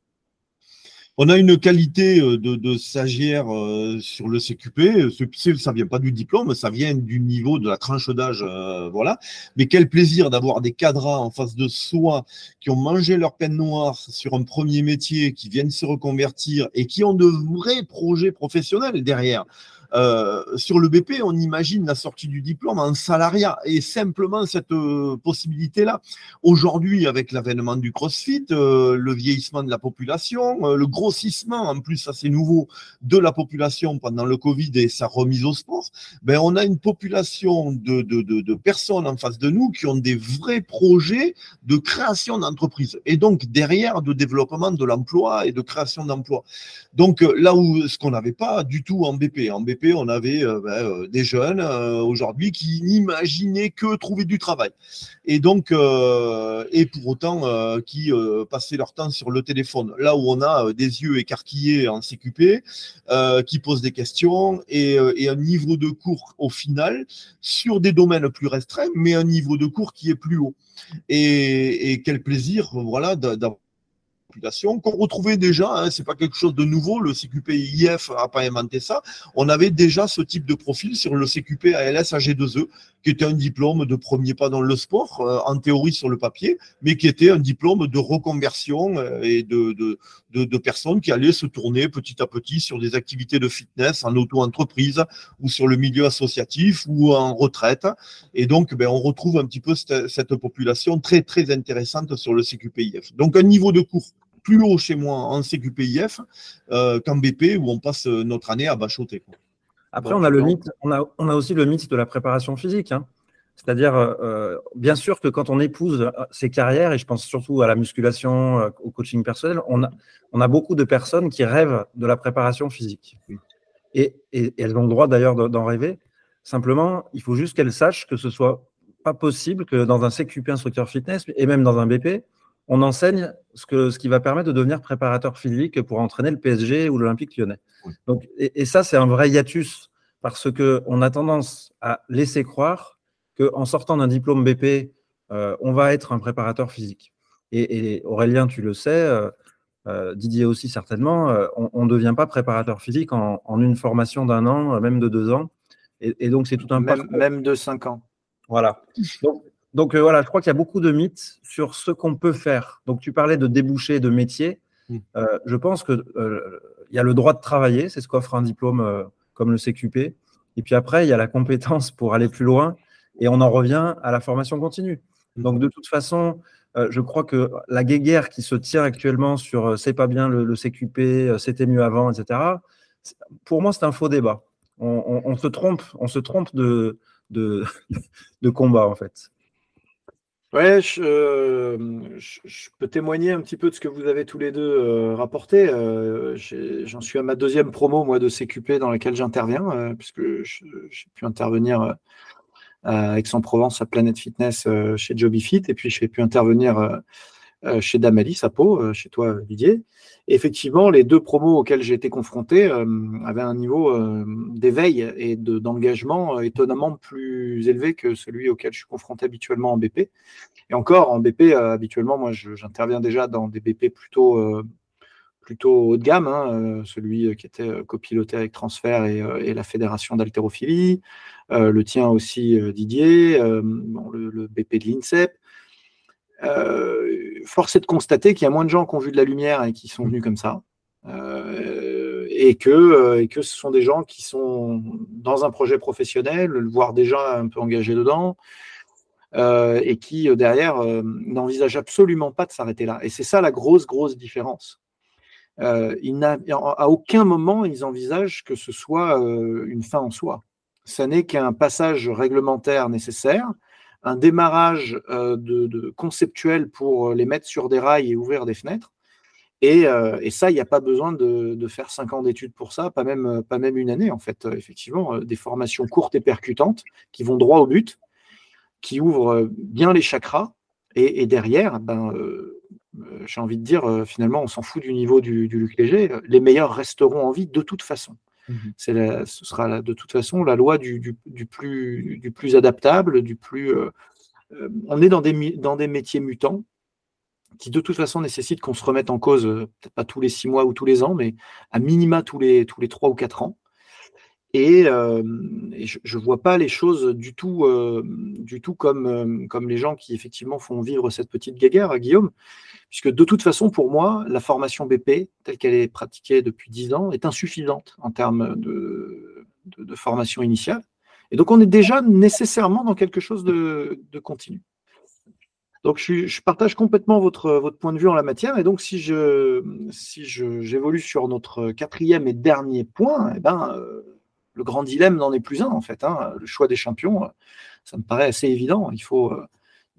On a une qualité de, de stagiaire euh, sur le C Q P. Ça ne vient pas du diplôme, ça vient du niveau de la tranche d'âge. Euh, voilà. Mais quel plaisir d'avoir des cadras en face de soi qui ont mangé leur peine noire sur un premier métier, qui viennent se reconvertir et qui ont de vrais projets professionnels derrière. Euh, sur le B P, on imagine la sortie du diplôme en salariat et simplement cette euh, possibilité-là. Aujourd'hui, avec l'avènement du CrossFit, euh, le vieillissement de la population, euh, le grossissement, en plus assez nouveau, de la population pendant le Covid et sa remise au sport, ben, on a une population de, de, de, de personnes en face de nous qui ont des vrais projets de création d'entreprise et donc derrière de développement de l'emploi et de création d'emplois. Donc là où ce qu'on n'avait pas du tout en B P, en B P, P, on avait euh, ben, euh, des jeunes euh, aujourd'hui qui n'imaginaient que trouver du travail. Et donc, euh, et pour autant, euh, qui euh, passaient leur temps sur le téléphone. Là où on a euh, des yeux écarquillés en C Q P, euh, qui posent des questions et, euh, et un niveau de cours au final sur des domaines plus restreints, mais un niveau de cours qui est plus haut. Et, et quel plaisir, voilà, d'avoir qu'on retrouvait déjà, hein, c'est pas quelque chose de nouveau, le C Q P I F n'a pas inventé ça, on avait déjà ce type de profil sur le C Q P A L S A G deux E, qui était un diplôme de premier pas dans le sport, euh, en théorie sur le papier, mais qui était un diplôme de reconversion euh, et de, de, de, de personnes qui allaient se tourner petit à petit sur des activités de fitness en auto-entreprise ou sur le milieu associatif ou en retraite. Et donc, ben, on retrouve un petit peu cette, cette population très, très intéressante sur le C Q P I F. Donc, un niveau de cours plus haut chez moi en C Q P I F euh, qu'en B P où on passe notre année à bachoter, quoi. Après, bon, on a le mythe, on a, on a aussi le mythe de la préparation physique, hein. C'est-à-dire, euh, bien sûr que quand on épouse ces carrières, et je pense surtout à la musculation, euh, au coaching personnel, on a, on a beaucoup de personnes qui rêvent de la préparation physique. Et, et, et elles ont le droit d'ailleurs d'en rêver. Simplement, il faut juste qu'elles sachent que ce soit pas possible que dans un C Q P instructeur fitness et même dans un B P, on enseigne ce, que, ce qui va permettre de devenir préparateur physique pour entraîner le P S G ou l'Olympique Lyonnais. Oui. Donc, et, et ça, c'est un vrai hiatus parce qu'on a tendance à laisser croire qu'en sortant d'un diplôme B P, euh, on va être un préparateur physique. Et, et Aurélien, tu le sais, euh, euh, Didier aussi certainement, euh, on ne devient pas préparateur physique en, en une formation d'un an, même de deux ans. Et, et donc, c'est tout un même, parcours. Même de cinq ans. Voilà. Donc, Donc euh, voilà, je crois qu'il y a beaucoup de mythes sur ce qu'on peut faire. Donc tu parlais de débouchés, de métiers. Euh, je pense qu'il euh, y a le droit de travailler, c'est ce qu'offre un diplôme euh, comme le C Q P. Et puis après, il y a la compétence pour aller plus loin. Et on en revient à la formation continue. Donc de toute façon, euh, je crois que la guéguerre qui se tient actuellement sur euh, c'est pas bien le, le C Q P, euh, c'était mieux avant, et cetera. Pour moi, c'est un faux débat. On, on, on se trompe, on se trompe de, de, de combat en fait. Ouais, je, euh, je, je peux témoigner un petit peu de ce que vous avez tous les deux euh, rapporté. Euh, j'en suis à ma deuxième promo, moi, de C Q P dans laquelle j'interviens, euh, puisque j'ai pu intervenir euh, à Aix-en-Provence, à Planet Fitness, euh, chez Jobifit, et puis j'ai pu intervenir euh, euh, chez Damalis, à Pau, euh, chez toi, Didier. Et effectivement, les deux promos auxquels j'ai été confronté euh, avaient un niveau euh, d'éveil et de, d'engagement euh, étonnamment plus élevé que celui auquel je suis confronté habituellement en B P. Et encore, en B P, euh, habituellement, moi, je, j'interviens déjà dans des B P plutôt, euh, plutôt haut de gamme, hein, euh, celui qui était euh, copiloté avec Transfert et, euh, et la Fédération d'haltérophilie, euh, le tien aussi, euh, Didier, euh, bon, le, le B P de l'INSEP. Euh, force est de constater qu'il y a moins de gens qui ont vu de la lumière et qui sont venus comme ça, euh, et, que, euh, et que ce sont des gens qui sont dans un projet professionnel, voire déjà un peu engagés dedans, euh, et qui, euh, derrière, euh, n'envisagent absolument pas de s'arrêter là. Et c'est ça la grosse, grosse différence. Euh, il n'a, à aucun moment, ils envisagent que ce soit euh, une fin en soi. Ça n'est qu'un passage réglementaire nécessaire, un démarrage euh, de, de conceptuel pour les mettre sur des rails et ouvrir des fenêtres. Et, euh, et ça, il n'y a pas besoin de, de faire cinq ans d'études pour ça, pas même, pas même une année, en fait. Euh, effectivement, euh, des formations courtes et percutantes qui vont droit au but, qui ouvrent bien les chakras. Et, et derrière, ben, euh, j'ai envie de dire, euh, finalement, on s'en fout du niveau du, du Luc Léger. Les meilleurs resteront en vie de toute façon. C'est la, ce sera la, de toute façon la loi du, du, du, plus, du plus adaptable, du plus. Euh, euh, on est dans des, dans des métiers mutants qui de toute façon nécessitent qu'on se remette en cause, euh, peut-être pas tous les six mois ou tous les ans, mais à minima tous les tous les trois ou quatre ans. Et, euh, et je ne vois pas les choses du tout, euh, du tout comme, euh, comme les gens qui effectivement font vivre cette petite guéguerre, Guillaume, puisque de toute façon, pour moi, la formation B P, telle qu'elle est pratiquée depuis dix ans, est insuffisante en termes de, de, de formation initiale. Et donc, on est déjà nécessairement dans quelque chose de, de continu. Donc, je, je partage complètement votre, votre point de vue en la matière. Et donc, si je, si je, j'évolue sur notre quatrième et dernier point, eh ben, euh, le grand dilemme n'en est plus un, en fait. Hein. Le choix des champions, ça me paraît assez évident. Il faut,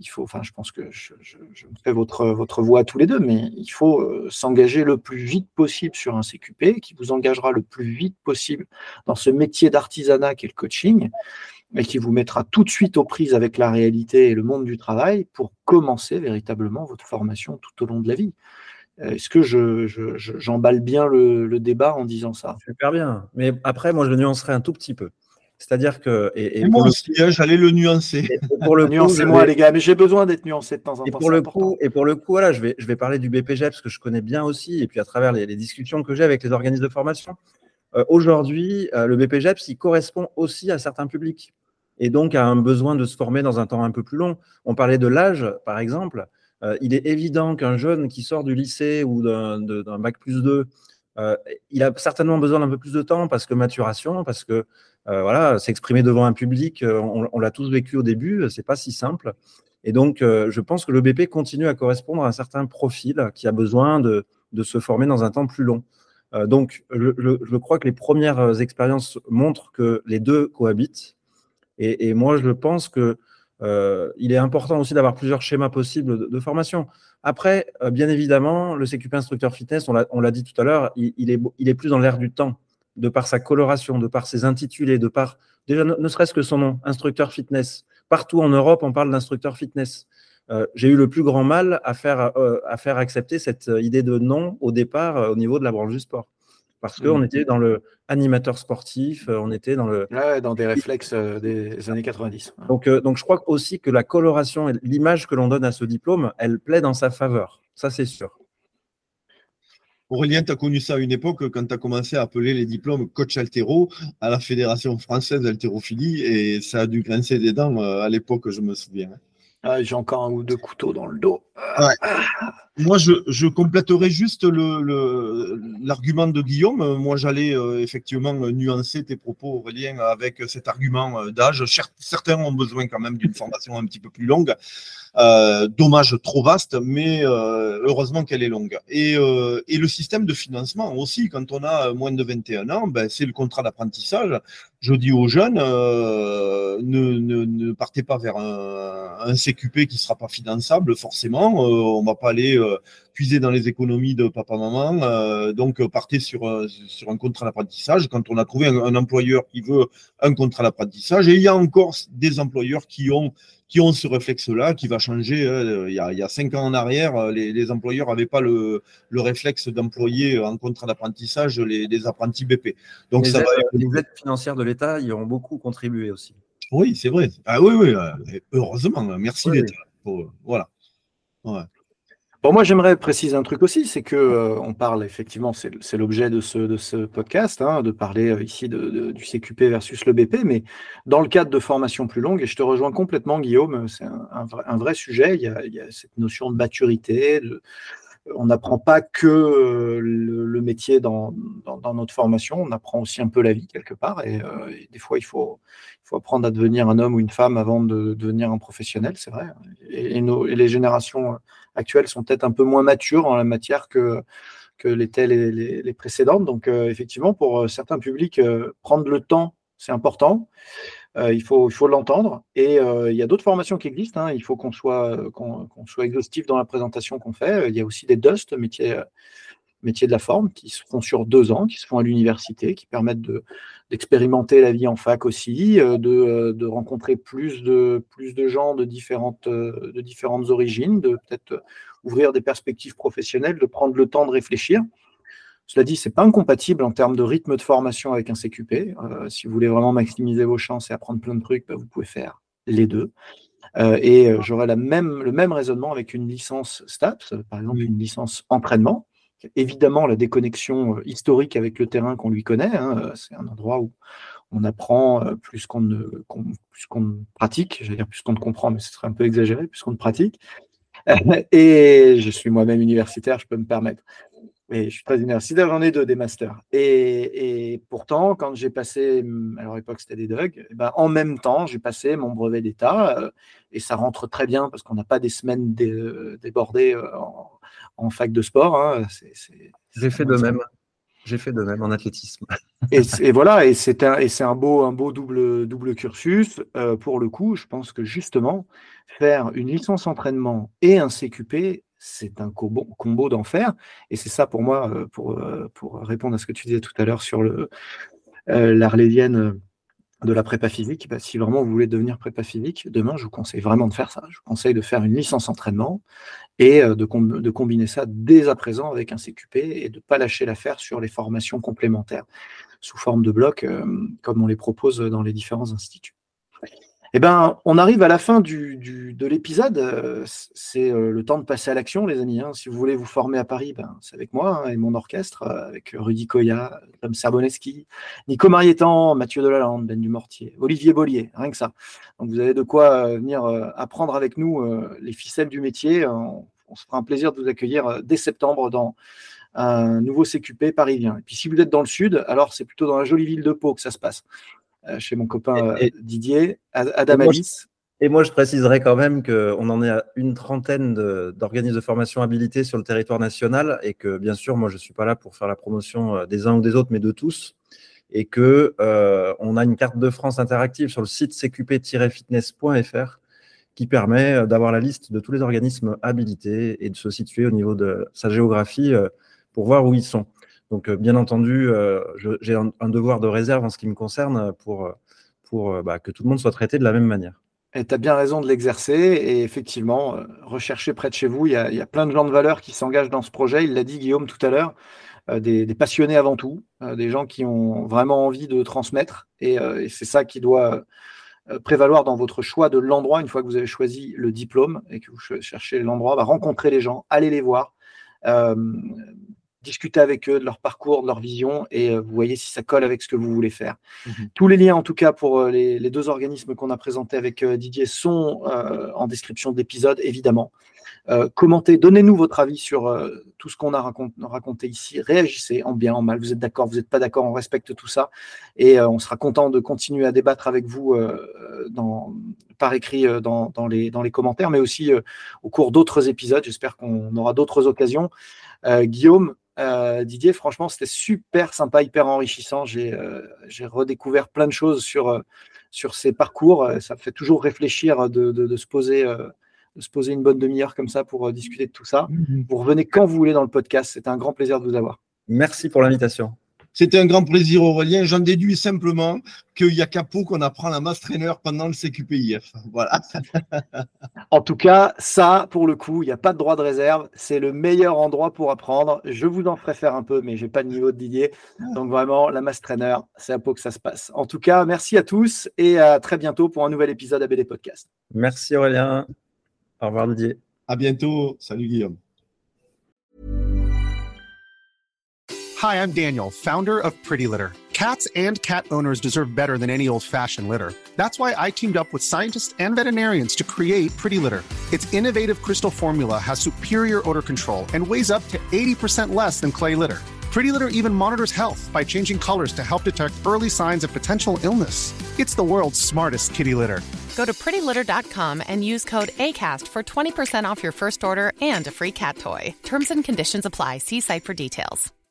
il faut, enfin, je pense que je, je, je me fais votre, votre voix tous les deux, mais il faut euh, s'engager le plus vite possible sur un C Q P qui vous engagera le plus vite possible dans ce métier d'artisanat qu'est le coaching et qui vous mettra tout de suite aux prises avec la réalité et le monde du travail pour commencer véritablement votre formation tout au long de la vie. Est-ce que je, je, je, j'emballe bien le, le débat en disant ça? Super bien. Mais après, moi, je le nuancerai un tout petit peu. C'est-à-dire que. Et, et, et moi aussi, le... j'allais le nuancer. Et pour le Nuancez-moi, vais... les gars, mais j'ai besoin d'être nuancé de temps en et temps. Pour le coup, et pour le coup, voilà, je vais, je vais parler du B P J E P S que je connais bien aussi, et puis à travers les, les discussions que j'ai avec les organismes de formation. Euh, aujourd'hui, euh, le B P J E P S, il correspond aussi à certains publics, et donc à un besoin de se former dans un temps un peu plus long. On parlait de l'âge, par exemple. Euh, il est évident qu'un jeune qui sort du lycée ou d'un, de, d'un bac plus deux, euh, il a certainement besoin d'un peu plus de temps parce que maturation, parce que euh, voilà, s'exprimer devant un public, euh, on, on l'a tous vécu au début, c'est pas si simple. Et donc, euh, je pense que le B P continue à correspondre à un certain profil qui a besoin de, de se former dans un temps plus long. Euh, donc, je, je, je crois que les premières expériences montrent que les deux cohabitent. Et, et moi, je pense que Euh, il est important aussi d'avoir plusieurs schémas possibles de, de formation. Après, euh, bien évidemment, le C Q P instructeur fitness, on l'a, on l'a dit tout à l'heure, il, il, est, il est plus dans l'air du temps, de par sa coloration, de par ses intitulés, de par, déjà, ne, ne serait-ce que son nom, instructeur fitness. Partout en Europe, on parle d'instructeur fitness. Euh, j'ai eu le plus grand mal à faire, euh, à faire accepter cette idée de nom au départ euh, au niveau de la branche du sport. Parce qu'on mmh. était dans le animateur sportif, on était dans le… Ouais, dans des réflexes euh, des années quatre-vingt-dix. Donc, euh, donc, je crois aussi que la coloration et l'image que l'on donne à ce diplôme, elle plaît dans sa faveur. Ça, c'est sûr. Aurélien, tu as connu ça à une époque quand tu as commencé à appeler les diplômes coach altéro à la Fédération française d'haltérophilie et ça a dû grincer des dents à l'époque, je me souviens. Ah, j'ai encore un ou deux couteaux dans le dos. Ouais. Moi, je, je compléterai juste le, le, l'argument de Guillaume. Moi, j'allais euh, effectivement nuancer tes propos, Aurélien, avec cet argument d'âge. Certains ont besoin quand même d'une formation un petit peu plus longue. Euh, dommage, trop vaste, mais euh, heureusement qu'elle est longue. Et, euh, et le système de financement aussi, quand on a moins de vingt et un ans, ben, c'est le contrat d'apprentissage. Je dis aux jeunes, euh, ne, ne, ne partez pas vers un, un C Q P qui ne sera pas finançable, forcément. Euh, on ne va pas aller euh, puiser dans les économies de papa-maman. Euh, donc, partez sur, euh, sur un contrat d'apprentissage. Quand on a trouvé un, un employeur qui veut un contrat d'apprentissage, et il y a encore des employeurs qui ont qui ont ce réflexe-là, qui va changer. Euh, il, y a, il y a cinq ans en arrière, les, les employeurs n'avaient pas le, le réflexe d'employer en contrat d'apprentissage les, les apprentis B P. Donc, les, ça aides, va... les aides financières de l'État y ont beaucoup contribué aussi. Oui, c'est vrai. Ah oui, oui, heureusement. Merci oui, l'État. Pour, voilà. Ouais. Bon, moi, j'aimerais préciser un truc aussi, c'est que euh, on parle effectivement, c'est, c'est l'objet de ce, de ce podcast, hein, de parler euh, ici de, de, du C Q P versus le B P, mais dans le cadre de formations plus longues, et je te rejoins complètement, Guillaume, c'est un, un, vrai, un vrai sujet, il y, a, il y a cette notion de maturité, de, on n'apprend pas que euh, le, le métier dans, dans, dans notre formation, on apprend aussi un peu la vie quelque part, et, euh, et des fois, il faut, il faut apprendre à devenir un homme ou une femme avant de devenir un professionnel, c'est vrai, et, et, nos, et les générations actuelles sont peut-être un peu moins matures en la matière que, que l'étaient les, les, les précédentes. Donc, euh, effectivement, pour certains publics, euh, prendre le temps, c'est important. Euh, il faut, il faut l'entendre. Et euh, il y a d'autres formations qui existent. Hein. Il faut qu'on soit, qu'on, qu'on soit exhaustif dans la présentation qu'on fait. Il y a aussi des D U S T, métiers, métiers de la forme, qui se font sur deux ans, qui se font à l'université, qui permettent de, d'expérimenter la vie en fac aussi, de, de rencontrer plus de, plus de gens de différentes, de différentes origines, de peut-être ouvrir des perspectives professionnelles, de prendre le temps de réfléchir. Cela dit, ce n'est pas incompatible en termes de rythme de formation avec un C Q P. Euh, si vous voulez vraiment maximiser vos chances et apprendre plein de trucs, bah, vous pouvez faire les deux. Euh, et euh, j'aurais la même, le même raisonnement avec une licence STAPS, par exemple une licence entraînement. Évidemment, la déconnexion historique avec le terrain qu'on lui connaît, hein, c'est un endroit où on apprend plus qu'on ne, qu'on, plus qu'on ne pratique, j'allais dire plus qu'on ne comprend, mais ce serait un peu exagéré, plus qu'on ne pratique. Et je suis moi-même universitaire, je peux me permettre. Et je suis très universitaire, j'en ai deux, des masters. Et, et pourtant, quand j'ai passé, alors à l'époque c'était des D U G, et ben, en même temps, j'ai passé mon brevet d'État, euh, et ça rentre très bien parce qu'on n'a pas des semaines dé, débordées en, en fac de sport. Hein. C'est, c'est, j'ai fait de même. J'ai fait de même en athlétisme. Et, et voilà, et c'est un, et c'est un beau, un beau double, double cursus. Euh, pour le coup, je pense que justement, faire une licence entraînement et un C Q P, c'est un combo, combo d'enfer. Et c'est ça pour moi, euh, pour, euh, pour répondre à ce que tu disais tout à l'heure sur le, euh, l'Arlésienne de la prépa physique. Bah, si vraiment vous voulez devenir prépa physique, demain, je vous conseille vraiment de faire ça. Je vous conseille de faire une licence entraînement et euh, de, com- de combiner ça dès à présent avec un C Q P et de ne pas lâcher l'affaire sur les formations complémentaires sous forme de blocs, euh, comme on les propose dans les différents instituts. Eh ben, on arrive à la fin du, du, de l'épisode. Euh, c'est euh, le temps de passer à l'action, les amis. Hein. Si vous voulez vous former à Paris, ben, c'est avec moi hein, et mon orchestre, euh, avec Rudy Koya, Tom Serboneski, Nico Marietan, Mathieu Delalande, Ben Dumortier, Olivier Bollier, rien que ça. Donc vous avez de quoi euh, venir euh, apprendre avec nous euh, les ficelles du métier. On, on se fera un plaisir de vous accueillir euh, dès septembre dans un nouveau C Q P parisien. Et puis si vous êtes dans le sud, alors c'est plutôt dans la jolie ville de Pau que ça se passe. Euh, chez mon copain et, euh, Didier, Adam et moi, Alice. Je, et moi, je préciserai quand même qu'on en est à une trentaine de, d'organismes de formation habilités sur le territoire national et que, bien sûr, moi, je ne suis pas là pour faire la promotion des uns ou des autres, mais de tous. Et qu'on euh, a une carte de France interactive sur le site c q p tiret fitness point f r qui permet d'avoir la liste de tous les organismes habilités et de se situer au niveau de sa géographie euh, pour voir où ils sont. Donc, euh, bien entendu, euh, je, j'ai un, un devoir de réserve en ce qui me concerne pour, pour euh, bah, que tout le monde soit traité de la même manière. Et tu as bien raison de l'exercer. Et effectivement, euh, recherchez près de chez vous. Il y, a, il y a plein de gens de valeur qui s'engagent dans ce projet. Il l'a dit Guillaume tout à l'heure. Euh, des, des passionnés avant tout. Euh, des gens qui ont vraiment envie de transmettre. Et, euh, et c'est ça qui doit euh, prévaloir dans votre choix de l'endroit. Une fois que vous avez choisi le diplôme et que vous cherchez l'endroit, bah, rencontrez les gens, allez les voir. Euh, discuter avec eux de leur parcours, de leur vision et euh, vous voyez si ça colle avec ce que vous voulez faire. Mmh. Tous les liens en tout cas pour euh, les, les deux organismes qu'on a présentés avec euh, Didier sont euh, en description de l'épisode évidemment. Euh, commentez, donnez-nous votre avis sur euh, tout ce qu'on a raconté, raconté ici, réagissez en bien, en mal, vous êtes d'accord, vous n'êtes pas d'accord, on respecte tout ça et euh, on sera content de continuer à débattre avec vous euh, dans, par écrit euh, dans, dans, les, dans les commentaires mais aussi euh, au cours d'autres épisodes, j'espère qu'on aura d'autres occasions. Euh, Guillaume, Euh, Didier, franchement, c'était super sympa, hyper enrichissant. J'ai, euh, j'ai redécouvert plein de choses sur, euh, sur ces parcours. Ça me fait toujours réfléchir de, de, de, se poser, euh, de se poser une bonne demi-heure comme ça pour euh, discuter de tout ça. Vous revenez quand vous voulez dans le podcast. C'était un grand plaisir de vous avoir. Merci pour l'invitation. C'était un grand plaisir, Aurélien. J'en déduis simplement qu'il n'y a qu'à Pau qu'on apprend la mass trainer pendant le C Q P I F. Voilà. En tout cas, ça, pour le coup, il n'y a pas de droit de réserve. C'est le meilleur endroit pour apprendre. Je vous en ferai faire un peu, mais je n'ai pas le niveau de Didier. Donc vraiment, la mass trainer, c'est à Pau que ça se passe. En tout cas, merci à tous et à très bientôt pour un nouvel épisode A B D Podcast. Merci Aurélien. Au revoir Didier. À bientôt. Salut Guillaume. Hi, I'm Daniel, founder of Pretty Litter. Cats and cat owners deserve better than any old-fashioned litter. That's why I teamed up with scientists and veterinarians to create Pretty Litter. Its innovative crystal formula has superior odor control and weighs up to eighty percent less than clay litter. Pretty Litter even monitors health by changing colors to help detect early signs of potential illness. It's the world's smartest kitty litter. Go to pretty litter dot com and use code ACAST for twenty percent off your first order and a free cat toy. Terms and conditions apply. See site for details.